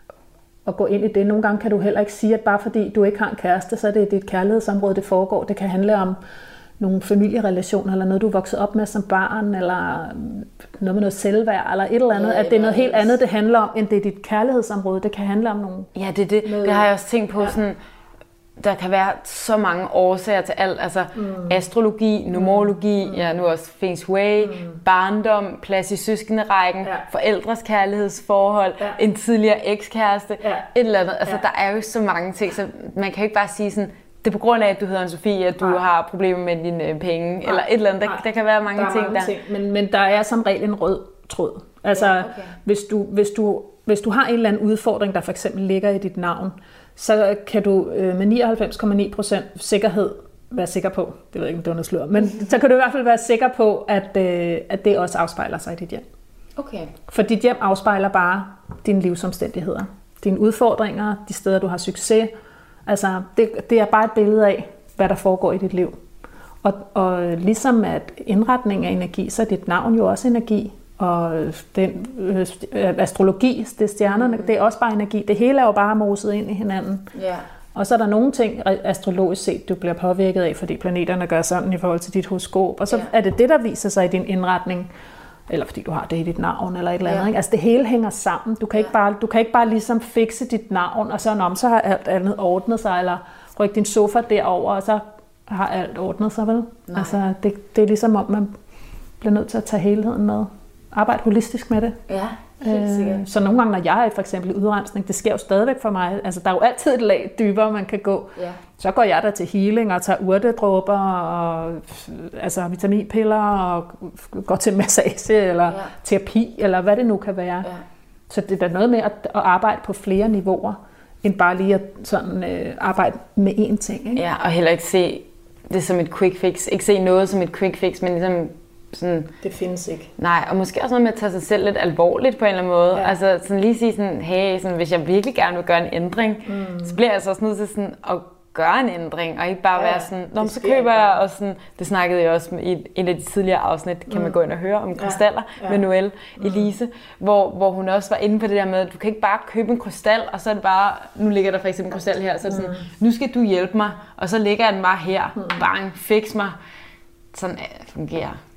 og gå ind i det. Nogle gange kan du heller ikke sige, at bare fordi du ikke har en kæreste, så er det dit kærlighedsområde, det foregår. Det kan handle om nogle familierelationer, eller noget, du er vokset op med som barn, eller noget med noget selvværd, eller et eller andet, ja, at det er noget helt andet, det handler om, end det er dit kærlighedsområde. Det kan handle om nogle... Ja, det er det. Noget... Det har jeg også tænkt på, ja. Sådan... Der kan være så mange årsager til alt, altså mm. astrologi, numerologi, mm. ja, nu også feng shui, mm. barndom, plads i søskenderækken, ja. Forældres kærlighedsforhold, ja. En tidligere ekskæreste, ja. Et eller andet. Altså, ja. Der er jo så mange ting, så man kan jo ikke bare sige sådan, det er på grund af, at du hedder Anne-Sophie, at du Nej. Har problemer med dine penge, Nej. Eller et eller andet. Der, der kan være mange der ting mange der. Ting. Men, men der er som regel en rød tråd. Altså, ja, okay. hvis, du, hvis, du, hvis du har en eller anden udfordring, der for eksempel ligger i dit navn, så kan du med nioghalvfems komma ni procent sikkerhed være sikker på, det ved jeg ikke, om det var noget slør, men så kan du i hvert fald være sikker på, at, at det også afspejler sig i dit hjem. Okay. For dit hjem afspejler bare dine livsomstændigheder, dine udfordringer, de steder, du har succes. Altså, det, det er bare et billede af, hvad der foregår i dit liv. Og, og ligesom at indretning af energi, så er dit navn jo også energi. Og den øh, astrologi, det er stjernerne, mm. det er også bare energi. Det hele er jo bare moset ind i hinanden. Yeah. Og så er der nogle ting, astrologisk set, du bliver påvirket af, fordi planeterne gør sådan i forhold til dit horoskop. Og så yeah. er det det, der viser sig i din indretning. Eller fordi du har det i dit navn, eller et eller andet. Yeah. Ikke? Altså det hele hænger sammen. Du kan, yeah. ikke bare, du kan ikke bare ligesom fikse dit navn, og så, om, så har alt andet ordnet sig, eller rykke din sofa derover, og så har alt ordnet sig, vel? Nej. Altså det, det er ligesom om, man bliver nødt til at tage helheden med. Arbejde holistisk med det. Ja, helt sikkert. Øh, så nogle gange, når jeg er for eksempel i udrensning, det sker jo stadigvæk for mig. Altså, der er jo altid et lag dybere, man kan gå. Ja. Så går jeg der til healing og tager urtedråber og altså, vitaminpiller og går til massage eller ja. Terapi, eller hvad det nu kan være. Ja. Så det er da noget med at, at arbejde på flere niveauer, end bare lige at sådan, øh, arbejde med én ting. Ikke? Ja, og heller ikke se det som et quick fix. Ikke se noget som et quick fix, men ligesom sådan, det findes ikke. Nej, og måske også noget med at tage sig selv lidt alvorligt på en eller anden måde. Ja. Altså sådan lige sige sådan, hey, sådan, hvis jeg virkelig gerne vil gøre en ændring, mm. så bliver jeg så også nødt til sådan at gøre en ændring, og ikke bare ja, være sådan, nå, så køber jeg, og sådan, det snakkede jeg også med i en af de tidligere afsnit, kan mm. man gå ind og høre om krystaller ja. Ja. Med Noelle mm. Elise, hvor, hvor hun også var inde på det der med, at du kan ikke bare købe en krystal, og så er det bare, nu ligger der for eksempel en krystal her, så er det sådan, mm. nu skal du hjælpe mig, og så ligger den bare her, mm. bang, fix mig. Sådan fungerer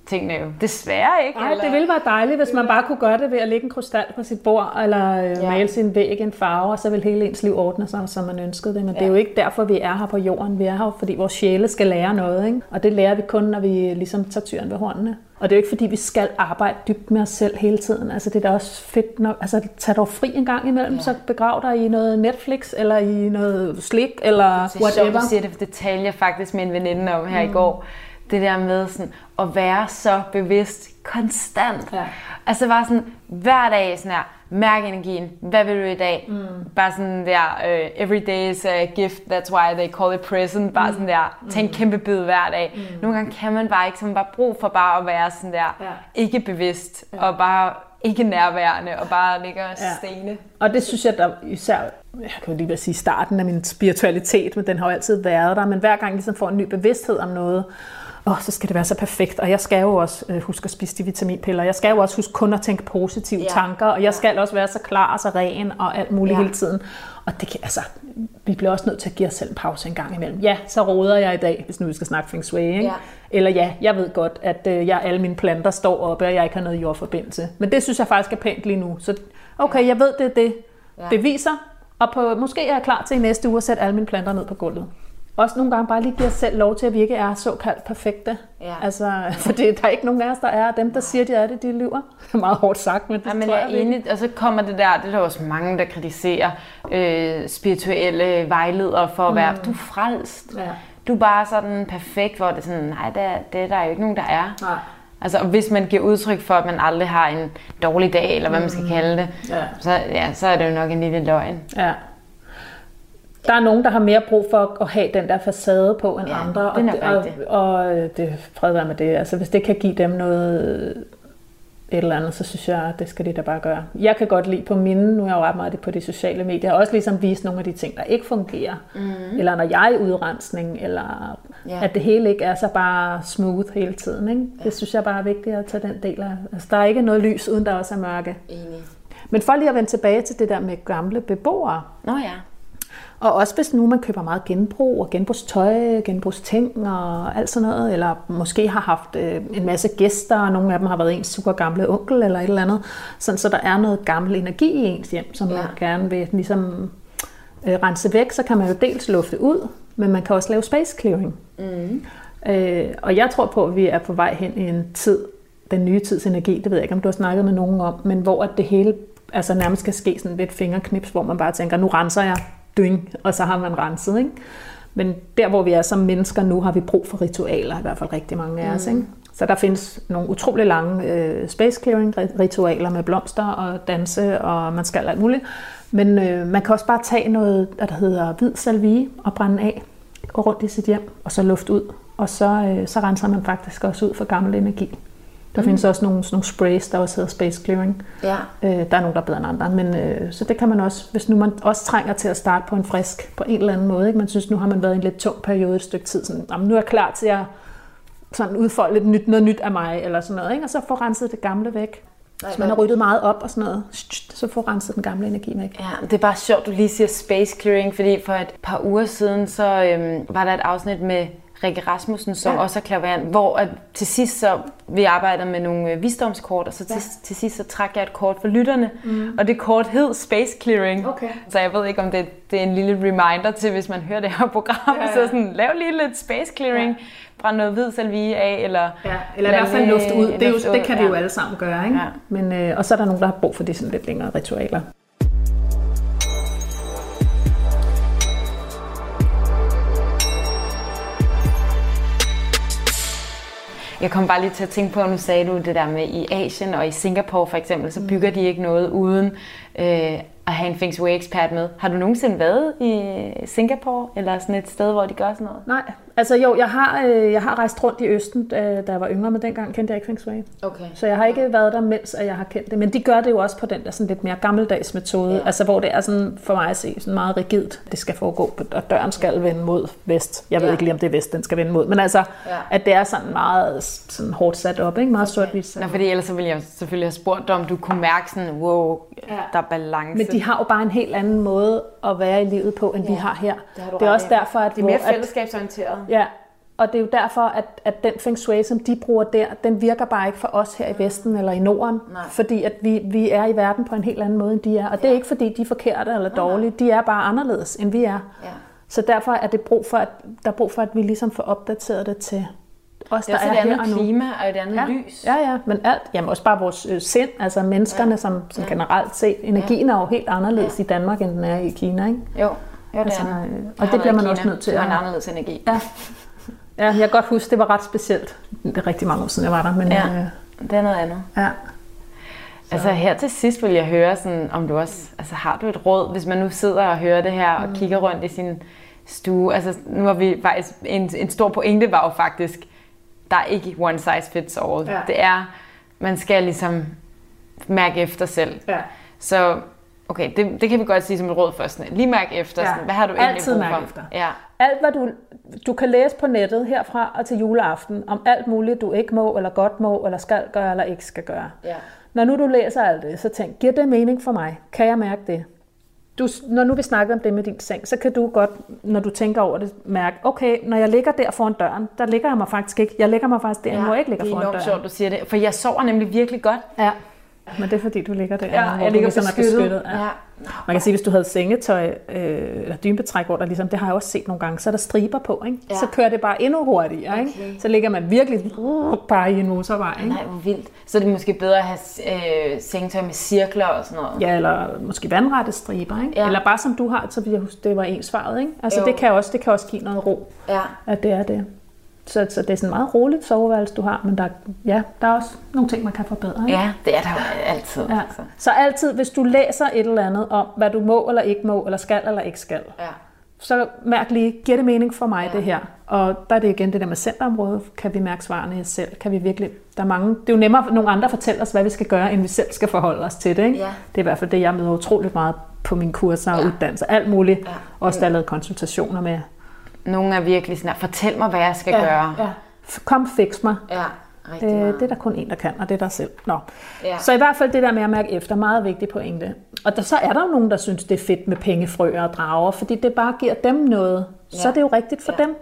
tingene jo desværre ikke. Nej, det ville være dejligt, hvis man bare kunne gøre det ved at lægge en krystal på sit bord, eller ja. male sin væg en farve, og så vil hele ens liv ordne sig, som man ønskede det. Men ja. det er jo ikke derfor, vi er her på jorden. Vi er her, fordi vores sjæle skal lære noget, ikke? Og det lærer vi kun, når vi ligesom tager tyren ved håndene. Og det er jo ikke, fordi vi skal arbejde dybt med os selv hele tiden. Altså, det er da også fedt nok. Altså, tag dog fri en gang imellem, ja. så begrav dig i noget Netflix, eller i noget slik, eller whatever. Det er sjovt, du siger det, for det talte jeg faktisk med en veninde om her mm. i går. Det der med sådan, at være så bevidst konstant. Ja. Altså bare sådan hver dag sådan her, mærk energien. Hvad vil du i dag? Mm. Bare sådan der, uh, every day is a gift, that's why they call it present. Bare mm. sådan der, tag en kæmpe bid hver dag. Mm. Nogle gange kan man bare ikke, så man bare brug for bare at være sådan der, ja. ikke bevidst, ja. og bare ikke nærværende, og bare ligge og stene. Ja. Og det synes jeg, der især, jeg kan jo lige vil sige starten af min spiritualitet, men den har jo altid været der, men hver gang jeg ligesom får en ny bevidsthed om noget, åh, oh, så skal det være så perfekt, og jeg skal jo også øh, huske at spise de vitaminpiller, jeg skal jo også huske kun at tænke positive ja. tanker, og jeg skal også være så klar og så ren og alt muligt ja. hele tiden. Og det kan, altså, vi bliver også nødt til at give os selv en pause en gang imellem. Ja, så roder jeg i dag, hvis nu vi skal snakke feng shui, ikke? Ja. Eller ja, jeg ved godt, at øh, jeg, alle mine planter står oppe, og jeg ikke har noget jordforbindelse. Men det synes jeg faktisk er pænt lige nu. Så okay, jeg ved, det er det. Ja. Det viser, og på, måske er jeg klar til i næste uge at sætte alle mine planter ned på gulvet. Også nogle gange bare lige give os selv lov til, at vi ikke er såkaldt perfekte. Ja. Altså, for det, der er ikke nogen af os, der er. Dem, der siger, de er det, de lyver. Det er meget hårdt sagt, men det ja, men tror jeg er enig. Og så kommer det der, det er der også mange, der kritiserer øh, spirituelle vejledere for at være, mm. du er frelst. Ja. Du er bare sådan perfekt, hvor det er sådan, nej, det er, det er der jo ikke nogen, der er. Nej. Altså, hvis man giver udtryk for, at man aldrig har en dårlig dag, eller hvad man skal kalde det, ja. Så, ja, så er det jo nok en lille løgn. Ja. Der er nogen, der har mere brug for at have den der facade på end ja, andre, og det, og, og det fred være med det. Altså, hvis det kan give dem noget et eller andet, så synes jeg, det skal de da bare gøre. Jeg kan godt lide på mine, nu er jeg jo ret meget på de sociale medier, også ligesom vise nogle af de ting, der ikke fungerer. Mm. Eller når jeg er i udrensning, eller yeah. at det hele ikke er så bare smooth hele tiden. Ikke? Ja. Det synes jeg bare er vigtigt at tage den del af. Altså, der er ikke noget lys, uden der også er mørke. Enig. Men for lige at vende tilbage til det der med gamle beboere. Nå ja. Og også hvis nu man køber meget genbrug og genbrugstøj, genbrugsting og alt sådan noget, eller måske har haft øh, en masse gæster, og nogle af dem har været ens super gamle onkel eller et eller andet, sådan, så der er noget gammel energi i ens hjem, som ja. man gerne vil ligesom, øh, rense væk, så kan man jo dels lufte ud, men man kan også lave space clearing. Mm. Øh, og jeg tror på, at vi er på vej hen i en tid, den nye tids energi, det ved jeg ikke, om du har snakket med nogen om, men hvor at det hele altså nærmest skal ske sådan ved et fingerknips, hvor man bare tænker, nu renser jeg, dyng, og så har man renset, ikke? Men der, hvor vi er som mennesker nu, har vi brug for ritualer, i hvert fald rigtig mange af os, ikke? Så der findes nogle utrolig lange øh, space clearing ritualer med blomster og danse, og man skal alt muligt. Men øh, man kan også bare tage noget, der hedder hvid salvie, og brænde af, gå rundt i sit hjem, og så luft ud. Og så, øh, så renser man faktisk også ud for gammel energi. Der mm. findes også nogle, nogle sprays, der også hedder space clearing. Ja. Øh, der er nogle, der er bedre end andre. Men, øh, så det kan man også, hvis nu man også trænger til at starte på en frisk, på en eller anden måde. Ikke? Man synes, nu har man været i en lidt tung periode et stykke tid. Sådan, jamen, nu er jeg klar til at sådan udfolde lidt nyt, noget nyt af mig, eller sådan noget. Ikke? Og så få renset det gamle væk. Hvis man har ryddet meget op og sådan noget, så får renset den gamle energi væk. Ja, det er bare sjovt, du lige siger space clearing, fordi for et par uger siden, så øhm, var der et afsnit med Rikke Rasmussen, som ja. også er klaverant, hvor at til sidst så vi arbejder med nogle øh, visdomskort, og så til, ja. til sidst så trak jeg et kort for lytterne, mm. og det kort hed Space Clearing. Okay. Så jeg ved ikke, om det, det er en lille reminder til, hvis man hører det her program, ja, ja. så sådan, lav lige lidt Space Clearing, ja. brænd noget hvid salvie af, eller... Ja, eller i hvert fald luft ud. Det, er jo, det kan vi jo alle sammen gøre, ikke? Ja. Men, øh, og så er der nogen, der har brug for de sådan lidt længere ritualer. Jeg kom bare lige til at tænke på, nu sagde du det der med i Asien og i Singapore for eksempel, så bygger de ikke noget uden øh, at have en Feng Shui-ekspert med. Har du nogensinde været i Singapore eller sådan et sted, hvor de gør sådan noget? Nej, altså jo, jeg har, øh, jeg har rejst rundt i Østen, da, da jeg var yngre, men dengang kendte jeg ikke Feng Shui. Okay. Så jeg har ikke været der, mens jeg har kendt det. Men de gør det jo også på den der sådan lidt mere gammeldags metode, ja. altså hvor det er sådan, for mig at se sådan meget rigidt. Det skal foregå, og døren skal vende mod vest. Jeg ved ja. ikke lige, om det er vest, den skal vende mod. Men altså, ja. at det er sådan meget sådan hårdt sat op, ikke? Meget sort-hvidt. Nå, fordi ellers så ville jeg selvfølgelig have spurgt dig, om du kunne mærke sådan, wow, ja. der er balance. Men de har jo bare en helt anden måde at være i livet på, end ja. vi har her. Det, har det er også derfor, at... De er mere fællesskabsorienteret. Ja, Og det er jo derfor, at, at den feng shui, som de bruger der, den virker bare ikke for os her i Vesten eller i Norden. Nej. Fordi at vi, vi er i verden på en helt anden måde, end de er. Og det er ikke fordi, de er forkerte eller dårlige. De er bare anderledes, end vi er. Ja. Så derfor er det brug for, at, der er brug for, at vi ligesom får opdateret det til os, der er, er her og nu. Det er også et andet klima og et andet ja. lys. Ja, ja, men alt. Jamen også bare vores øh, sind, altså menneskerne, ja. som, som ja. generelt set. Energien ja. er jo helt anderledes ja. i Danmark, end den er i Kina, ikke? Jo, jo det altså, er øh, Og det bliver man også nødt til. Det er en anderledes energi. Ja. Ja, jeg kan godt huske, det var ret specielt. Det er rigtig mange år siden, jeg var der. Men, ja, øh, det er noget andet. Ja. Altså her til sidst vil jeg høre, sådan, om du også, altså har du et råd, hvis man nu sidder og hører det her og mm. kigger rundt i sin stue. Altså nu har vi faktisk, en, en stor pointe var jo faktisk, der er ikke one size fits all. Ja. Det er, man skal ligesom mærke efter selv. Ja. Så okay, det, det kan vi godt sige som et råd først. Lige mærke efter. Ja. Sådan, hvad har du egentlig altid brug for? Mærke efter. Ja. Alt, hvad du, du kan læse på nettet herfra og til juleaften, om alt muligt, du ikke må, eller godt må, eller skal gøre, eller ikke skal gøre. Ja. Når nu du læser alt det, så tænk, giver det mening for mig? Kan jeg mærke det? Du, når nu vi snakker om det med din seng, så kan du godt, når du tænker over det, mærke, okay, når jeg ligger der foran døren, der ligger jeg mig faktisk ikke. Jeg ligger mig faktisk der, ja, hvor jeg ikke ligger foran døren. Det er enormt sjovt, du siger det, for jeg sover nemlig virkelig godt. Ja. Men det er fordi, du ligger der, ja, hvor jeg du ligger ligesom beskyttet. er beskyttet. Ja. Ja. Man kan sige, hvis du havde sengetøj øh, eller dynebetræk, hvor der ligesom, det har jeg også set nogle gange, så er der striber på, ikke? Ja. Så kører det bare endnu hurtigere, okay. Ikke? Så ligger man virkelig uh, bare i en motorvej, ikke? Nej, hvor vildt. Så er det måske bedre at have øh, sengetøj med cirkler og sådan noget? Ja, eller måske vandrette striber, ikke? Ja. Eller bare som du har, så vil jeg huske, det var ens svaret, ikke? Altså jo. det kan, også, det kan også give noget ro, ja. At det er det. Så, så det er sådan meget roligt soveværelse, du har, men der, ja, der er også nogle ting, man kan forbedre. Ikke? Ja, det er der jo altid. Ja. Altså. Så altid, hvis du læser et eller andet om, hvad du må eller ikke må, eller skal eller ikke skal, ja. Så mærk lige, giver det mening for mig, ja. Det her? Og der er det igen det der med centerområdet, kan vi mærke svarene selv? Kan vi virkelig, der er mange, det er jo nemmere, at nogle andre fortæller os, hvad vi skal gøre, end vi selv skal forholde os til det. Ikke? Ja. Det er i hvert fald det, jeg møder utroligt meget på mine kurser og ja. Uddannelser, alt muligt. Ja. Også der er lavet konsultationer med. Nogle er virkelig sådan, fortæl mig, hvad jeg skal ja, gøre. Ja. Kom, fix mig. Ja, rigtig det, meget. det er der kun en, der kan, og det er dig selv. Nå. Ja. Så i hvert fald det der med at mærke efter, meget vigtigt pointe. Og der, så er der jo nogen, der synes, det er fedt med pengefrøer og drager, fordi det bare giver dem noget. Ja. Så er det jo rigtigt for ja. Dem.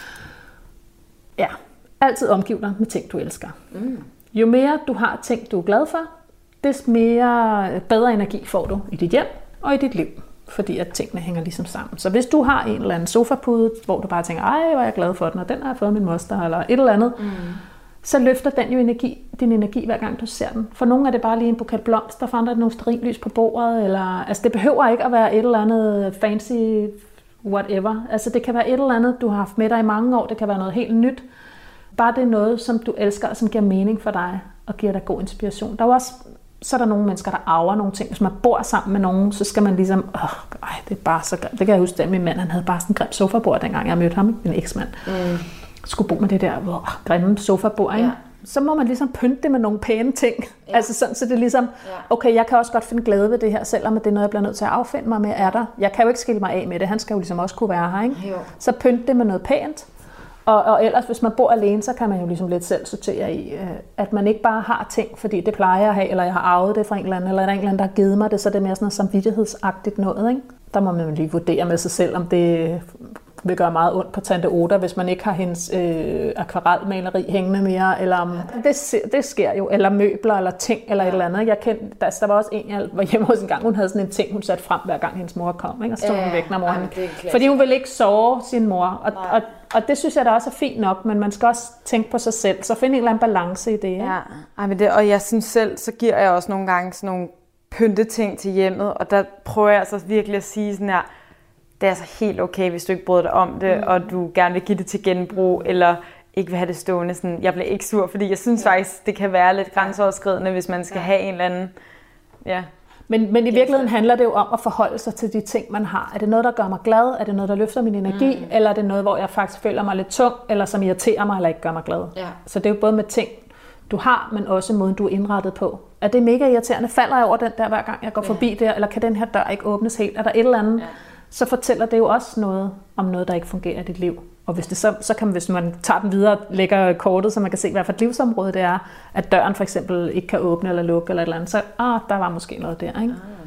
Ja, altid omgiv dig med ting, du elsker. Mm. Jo mere du har ting, du er glad for, des mere bedre energi får du i dit hjem og i dit liv. Fordi at tingene hænger ligesom sammen. Så hvis du har en eller anden sofapude, hvor du bare tænker, ej, hvor er jeg glad for den, og den har jeg fået af min moster, eller et eller andet, mm. så løfter den jo energi, din energi, hver gang du ser den. For nogle er det bare lige en buket blomster, for andre er det nogle stearinlys på bordet, eller, altså det behøver ikke at være et eller andet fancy whatever. Altså det kan være et eller andet, du har haft med dig i mange år, det kan være noget helt nyt. Bare det er noget, som du elsker, og som giver mening for dig, og giver dig god inspiration. Der er også så er der nogle mennesker, der arver nogle ting. Hvis man bor sammen med nogen, så skal man ligesom, åh, ej, det er bare så grimt. Det kan jeg huske, at min mand, han havde bare sådan en grim sofabord, dengang jeg mødte ham, min eksmand. Mm. Skulle bo med det der åh, grimme sofabord, ikke? Ja. Så må man ligesom pynte det med nogle pæne ting. Ja. Altså sådan, så det er ligesom, okay, jeg kan også godt finde glæde ved det her, selvom det er noget, jeg bliver nødt til at affinde mig med, er der. Jeg kan jo ikke skille mig af med det, han skal jo ligesom også kunne være her, ikke? Jo. Så pynt det med noget pænt. Og, og ellers, hvis man bor alene, så kan man jo ligesom lidt selv sortere i, at man ikke bare har ting, fordi det plejer jeg at have, eller jeg har arvet det fra en eller anden, eller der er en eller anden, der har givet mig det, så det er mere sådan noget samvittighedsagtigt noget, ikke? Der må man lige vurdere med sig selv, om det vil gøre meget ondt på Tante Oda, hvis man ikke har hendes øh, akvarelmaleri hængende mere, eller om, det, det sker jo, eller møbler, eller ting, eller et eller andet. Jeg kendte, der, der var også en, jeg var hjemme hos en gang, hun havde sådan en ting, hun satte frem, hver gang hendes mor kom, ikke? Og så stod hun væk, når mor han, fordi hun ville ikke sove sin mor, og, og, og det synes jeg da også er fint nok, men man skal også tænke på sig selv, så finde en eller anden balance i det. Ikke? Ja, Ej, men det, og jeg synes selv, så giver jeg også nogle gange sådan nogle pynteting til hjemmet, og der prøver jeg altså virkelig at sige sådan her, det er altså helt okay, hvis du ikke bryder dig om det, mm. og du gerne vil give det til genbrug, eller ikke vil have det stående. Sådan, jeg bliver ikke sur, fordi jeg synes ja. faktisk, det kan være lidt grænseoverskridende, hvis man skal ja. have en eller anden... Ja. Men, men i virkeligheden handler det jo om at forholde sig til de ting, man har. Er det noget, der gør mig glad? Er det noget, der løfter min energi? Mm. Eller er det noget, hvor jeg faktisk føler mig lidt tung, eller som irriterer mig, eller ikke gør mig glad? Ja. Så det er jo både med ting, du har, men også måden, du er indrettet på. Er det mega irriterende? Falder jeg over den der, hver gang jeg går ja. forbi der? Eller kan den her dør ikke åbnes helt? Er der et eller andet? Ja. Så fortæller det jo også noget om noget, der ikke fungerer i dit liv. Og hvis det så, så kan man, hvis man tager den videre og lægger kortet, så man kan se, hvad for et livsområde det er, at døren for eksempel ikke kan åbne eller lukke eller et eller andet, så ah, der var måske noget der, ikke?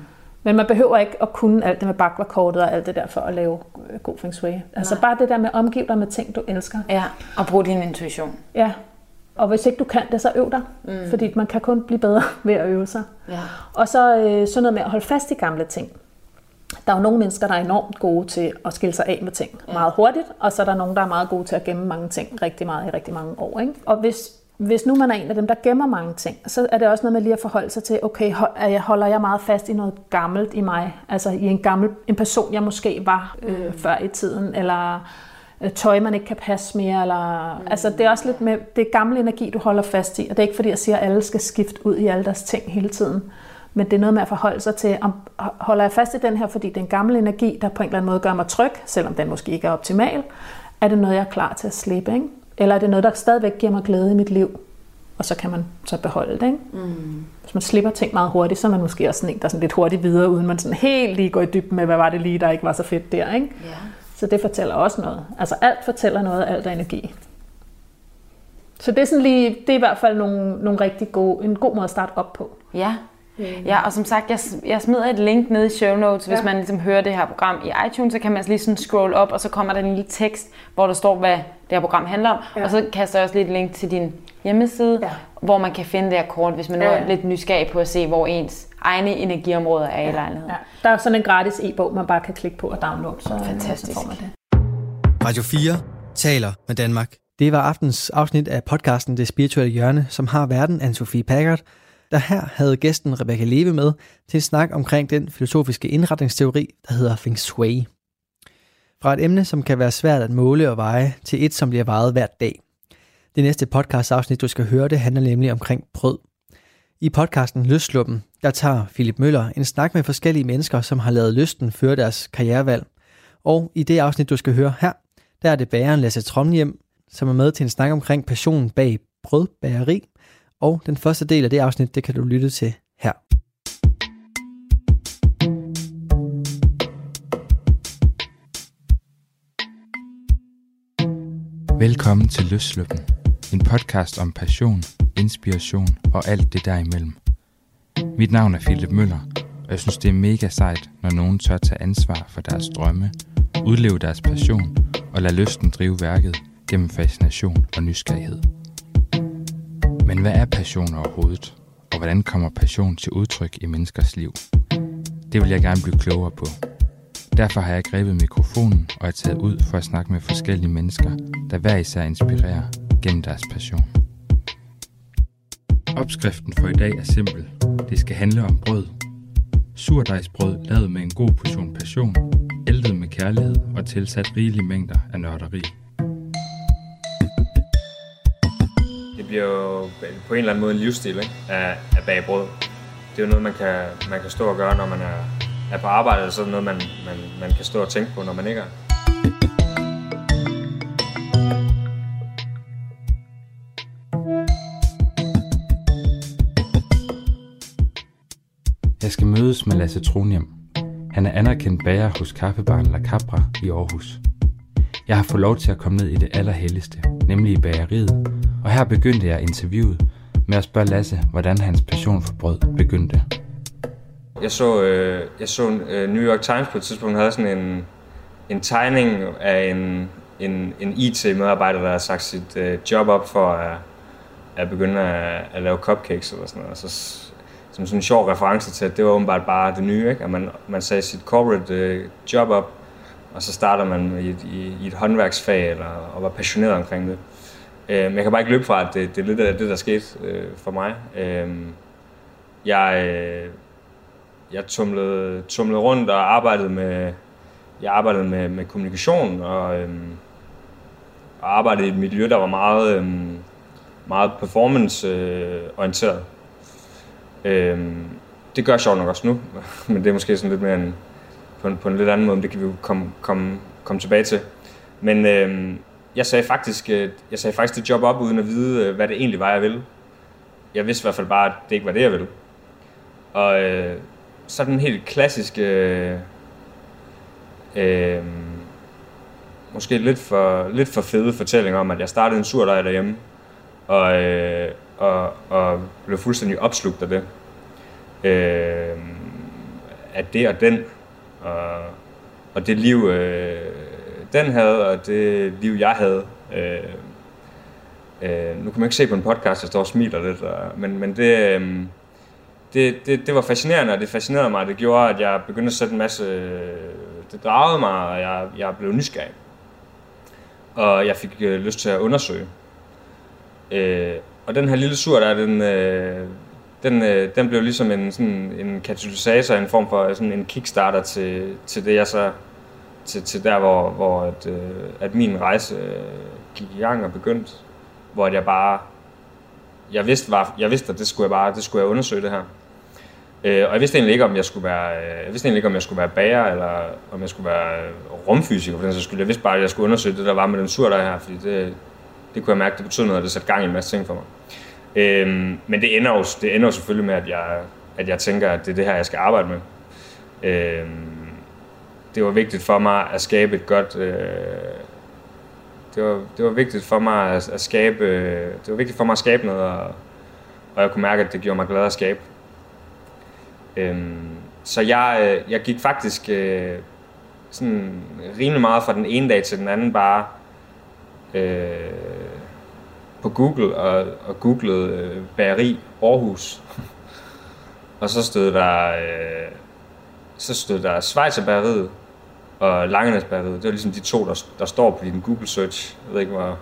Men man behøver ikke at kunne alt det med bakvakortet og alt det der for at lave god feng shui. Altså Nej. bare det der med at omgive dig med ting, du elsker. Ja, og brug din intuition. Ja, og hvis ikke du kan det, så øv dig. Mm. Fordi man kan kun blive bedre ved at øve sig. Ja. Og så øh, sådan noget med at holde fast i gamle ting. Der er jo nogle mennesker, der er enormt gode til at skille sig af med ting ja. meget hurtigt. Og så er der nogen, der er meget gode til at gemme mange ting rigtig meget i rigtig mange år. Ikke? Og hvis... Hvis nu man er en af dem, der gemmer mange ting, så er det også noget med lige at forholde sig til, okay, holder jeg meget fast i noget gammelt i mig? Altså i en gammel en person, jeg måske var øh, mm. før i tiden, eller øh, tøj, man ikke kan passe mere. Eller, mm. Altså det er også lidt med, det er gammel energi, du holder fast i. Og det er ikke fordi, jeg siger, at alle skal skifte ud i alle deres ting hele tiden. Men det er noget med at forholde sig til, om holder jeg fast i den her, fordi det er en gammel energi, der på en eller anden måde gør mig tryg, selvom den måske ikke er optimal. Er det noget, jeg er klar til at slippe, ikke? Eller er det noget, der stadigvæk giver mig glæde i mit liv? Og så kan man så beholde det, ikke? Mm. Hvis man slipper ting meget hurtigt, så er man måske også sådan en, der er sådan lidt hurtigt videre, uden man sådan helt lige går i dybden med, hvad var det lige, der ikke var så fedt der, ikke? Yeah. Så det fortæller også noget. Altså alt fortæller noget, alt er energi. Så det er sådan lige, det er i hvert fald nogle, nogle rigtig gode, en god måde at starte op på. Ja. Mm. Ja, og som sagt, jeg, jeg smider et link ned i show notes, hvis ja. man ligesom hører det her program i iTunes, så kan man altså lige sådan scroll op, og så kommer der en lille tekst, hvor der står, hvad det her program handler om, ja. og så kaster jeg også lige et link til din hjemmeside, ja. hvor man kan finde det her kort, hvis man ja. er lidt nysgerrig på at se, hvor ens egne energiområder er ja. i lejligheden. Ja. Der er sådan en gratis e-bog, man bare kan klikke på og downloade, så fantastisk. Så får man det. Radio fire taler med Danmark. Det var aftens afsnit af podcasten Det Spirituelle Hjørne, som har verden Anne-Sophie Packard, der her havde gæsten Rebecca Leve med til at snakke omkring den filosofiske indretningsteori, der hedder Feng Shui. Fra et emne, som kan være svært at måle og veje, til et, som bliver vejet hver dag. Det næste podcastafsnit, du skal høre, det handler nemlig omkring brød. I podcasten Lystslup'en, der tager Philip Møller en snak med forskellige mennesker, som har lavet lysten føre deres karrierevalg. Og i det afsnit, du skal høre her, der er det bageren Lasse Trondhjem, som er med til en snak omkring passionen bag brødbageri. Og den første del af det afsnit, det kan du lytte til her. Velkommen til Lystslup'en, en podcast om passion, inspiration og alt det derimellem. Mit navn er Philip Møller, og jeg synes, det er mega sejt, når nogen tør tage ansvar for deres drømme, udleve deres passion og lade lysten drive værket gennem fascination og nysgerrighed. Men hvad er passion overhovedet, og hvordan kommer passion til udtryk i menneskers liv? Det vil jeg gerne blive klogere på. Derfor har jeg grebet mikrofonen og er taget ud for at snakke med forskellige mennesker, der hver især inspirerer gennem deres passion. Opskriften for i dag er simpel. Det skal handle om brød. Surdejsbrød lavet med en god portion passion, æltet med kærlighed og tilsat rigelige mængder af nørderi. Det bliver jo på en eller anden måde en livsstil, ikke? Af, af bage brød. Det er jo noget, man kan, man kan stå og gøre, når man er, er på arbejde, og så er det noget, man, man, man kan stå og tænke på, når man ikke er. Jeg skal mødes med Lasse Trondhjem. Han er anerkendt bager hos kaffebaren La Capra i Aarhus. Jeg har fået lov til at komme ned i det allerhelligste, nemlig i bageriet, og her begyndte jeg interviewet med at spørge Lasse, hvordan hans passion for brød begyndte. Jeg så, øh, jeg så øh, New York Times på et tidspunkt havde sådan en, en tegning af en, en, en I T-medarbejder, der har sagt sit øh, job op for at, at begynde at, at lave cupcakes eller sådan noget. Og så, som sådan en sjov reference til, at det var åbenbart bare det nye, ikke? At man, man sagde sit corporate øh, job op, og så starter man i et, i, i et håndværksfag eller, og var passioneret omkring det. Øh, men jeg kan bare ikke løbe fra, at det, det er lidt af det, der skete øh, for mig. Øh, jeg... Øh, Jeg tumlede, tumlede rundt og arbejdede med, jeg arbejdede med, med kommunikation og, øhm, og arbejdede i et miljø, der var meget, øhm, meget performance-orienteret. Øhm, det gør jeg sjovt nok også nu, men det er måske sådan lidt mere en, på, en, på en lidt anden måde, men det kan vi jo komme, komme, komme tilbage til. Men øhm, jeg, sagde faktisk, jeg sagde faktisk det job op uden at vide, hvad det egentlig var, jeg ville. Jeg vidste i hvert fald bare, at det ikke var det, jeg ville. Og øh, så den helt klassiske, øh, øh, måske lidt for, lidt for fede fortælling om, at jeg startede en surdej derhjemme, og, øh, og, og blev fuldstændig opslugt af det. Øh, af det og den, og, og det liv, øh, den havde, og det liv, jeg havde. Øh, øh, nu kan man ikke se på en podcast, jeg står og smiler lidt, og, men, men det, øh, det, det, det var fascinerende, og det fascinerede mig, det gjorde, at jeg begyndte at sætte en masse, det dragede mig, og jeg, jeg blev nysgerrig. Og jeg fik øh, lyst til at undersøge. Øh, og den her lille sur der, den, øh, den, øh, den blev ligesom en, sådan, en katalysator, en form for sådan en kickstarter til, til det, jeg så, til, til der, hvor, hvor at, øh, at min rejse øh, gik i gang og begyndte. Hvor jeg bare, jeg vidste, var, jeg vidste, at det skulle jeg bare, det skulle jeg undersøge det her. Øh, og jeg vidste egentlig ikke, om jeg skulle være, jeg vidste egentlig ikke, om jeg skulle være bager, eller om jeg skulle være rumfysiker for den sags skyld. Jeg vidste bare, at jeg skulle undersøge det, der var med den surdej her, fordi det, det kunne jeg mærke, det betød noget, at det satte gang i en masse ting for mig. Øh, men det ender, jo, det ender jo selvfølgelig med, at jeg, at jeg tænker, at det er det her, jeg skal arbejde med. Øh, det var vigtigt for mig at skabe et godt... Øh, det, var, det var vigtigt for mig at, at skabe... Det var vigtigt for mig at skabe noget, og, og jeg kunne mærke, at det gjorde mig glad at skabe. Øhm, så jeg, jeg gik faktisk øh, sådan rimelig meget fra den ene dag til den anden bare øh, på Google og, og googlede øh, bageri Aarhus. Og så stod der øh, så stod der Schweizerbergeriet og Langenæsbageriet. Det var ligesom de to, der, der står på din Google search. Jeg ved ikke hvor.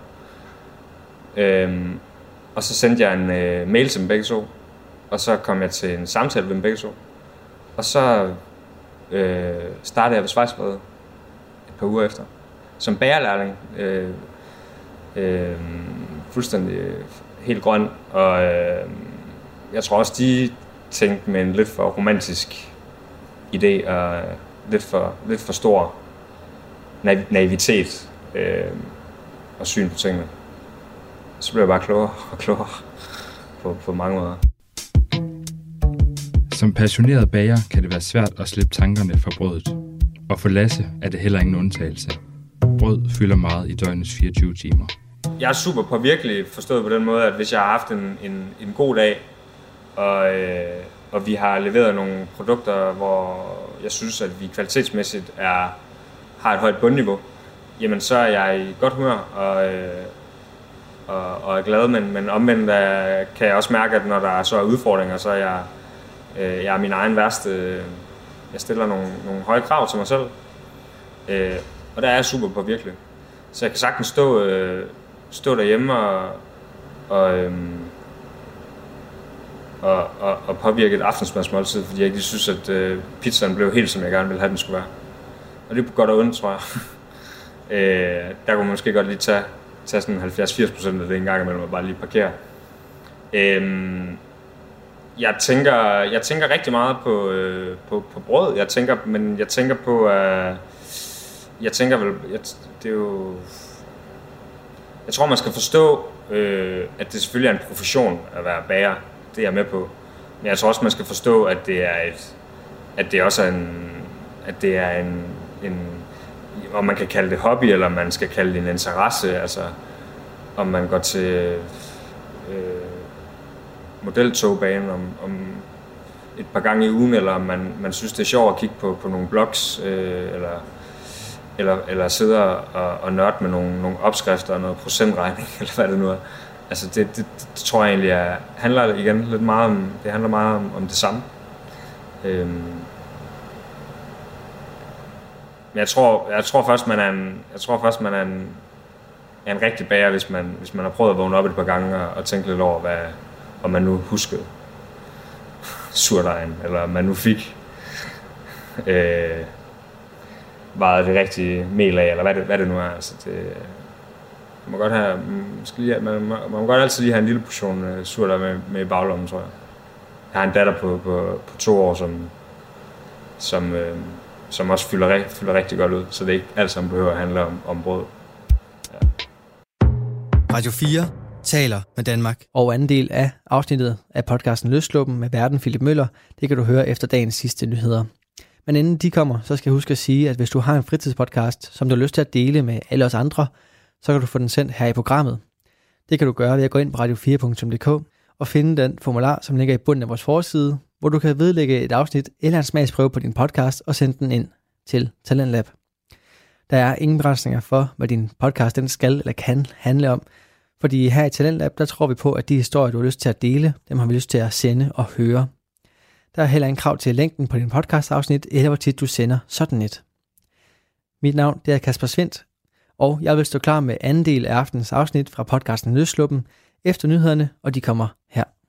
Øhm, og så sendte jeg en øh, mail til dem begge to. Og så kom jeg til en samtale med dem begge to. Og så øh, startede jeg ved Schweizerbergeriet et par uger efter. Som bagerlærling. Øh, øh, fuldstændig helt grøn. Og øh, jeg tror også, de tænkte med en lidt for romantisk idé. Og lidt for, lidt for stor naiv- naivitet øh, og syn på tingene. Så blev jeg bare klogere og klogere på, på mange måder. Som passioneret bager kan det være svært at slippe tankerne fra brødet. Og for Lasse er det heller ingen undtagelse. Brød fylder meget i døgnets fireogtyve timer. Jeg er super påvirkelig forstået på den måde, at hvis jeg har haft en, en, en god dag, og, øh, og vi har leveret nogle produkter, hvor jeg synes, at vi kvalitetsmæssigt er, har et højt bundniveau, jamen så er jeg i godt humør og, øh, og, og er glad, men, men omvendt øh, kan jeg også mærke, at når der så er udfordringer, så er jeg, øh, jeg er min egen værste. Jeg stiller nogle, nogle høje krav til mig selv, øh, og der er jeg super påvirkelig. Så jeg kan sagtens stå, øh, stå derhjemme og, og, øh, og, og, og påvirke et aftensmadsmåltid, fordi jeg ikke synes, at øh, pizzaen blev helt, som jeg gerne ville have, den skulle være. Og det er godt og ondt, tror jeg. øh, der kunne man måske godt lige tage, tage sådan halvfjerds til firs procent af det en gang imellem og bare lige parkere. Øh, jeg, tænker, jeg tænker rigtig meget på, øh, på, på brød, jeg tænker, men jeg tænker på... Øh, jeg tænker vel... Jeg, det er jo... Jeg tror, man skal forstå, øh, at det selvfølgelig er en profession at være bager. Det er jeg med på. Men jeg tror også, man skal forstå, at det er et, at det også er en, at det er en, en, om man kan kalde det hobby, eller man skal kalde det en interesse. Altså, om man går til øh, modeltogbanen om, om et par gange i ugen, eller om man, man synes, det er sjovt at kigge på, på nogle blogs, øh, eller Eller, eller sidder og, og nørde med nogle, nogle opskrifter og noget procentregning, eller hvad det nu er. Altså det, det, det tror jeg egentlig er, handler igen lidt meget om, det handler meget om, om det samme. Øhm. Men jeg tror, jeg tror først, man er en, jeg tror først, man er en, er en rigtig bager, hvis man, hvis man har prøvet at vågne op et par gange og, og tænke lidt over, hvad, om man nu huskede surdejen, eller om man nu fik øh, vejet det rigtige mel af, eller hvad det, hvad det nu er. Altså det, man må godt have, man, skal lige, man, man må godt altid lige have en lille portion uh, surdej med, med i baglommen, tror jeg. Jeg har en datter på, på, på to år, som, som, øh, som også fylder, fylder rigtig godt ud, så det ikke alt sammen behøver at handle om, om brød. Ja. Radio fire taler med Danmark. Og anden del af afsnittet af podcasten Løsluppen med værten Philip Møller, det kan du høre efter dagens sidste nyheder. Men inden de kommer, så skal jeg huske at sige, at hvis du har en fritidspodcast, som du har lyst til at dele med alle os andre, så kan du få den sendt her i programmet. Det kan du gøre ved at gå ind på radio fire punktum d k og finde den formular, som ligger i bunden af vores forside, hvor du kan vedlægge et afsnit eller en smagsprøve på din podcast og sende den ind til Talentlab. Der er ingen begrænsninger for, hvad din podcast den skal eller kan handle om, fordi her i Talentlab, der tror vi på, at de historier, du har lyst til at dele, dem har vi lyst til at sende og høre. Der er heller ingen krav til længden på din podcast-afsnit, eller hvor tit du sender sådan et. Mit navn det er Kasper Svindt, og jeg vil stå klar med anden del af aftenens afsnit fra podcasten Løsluppen efter nyhederne, og de kommer her.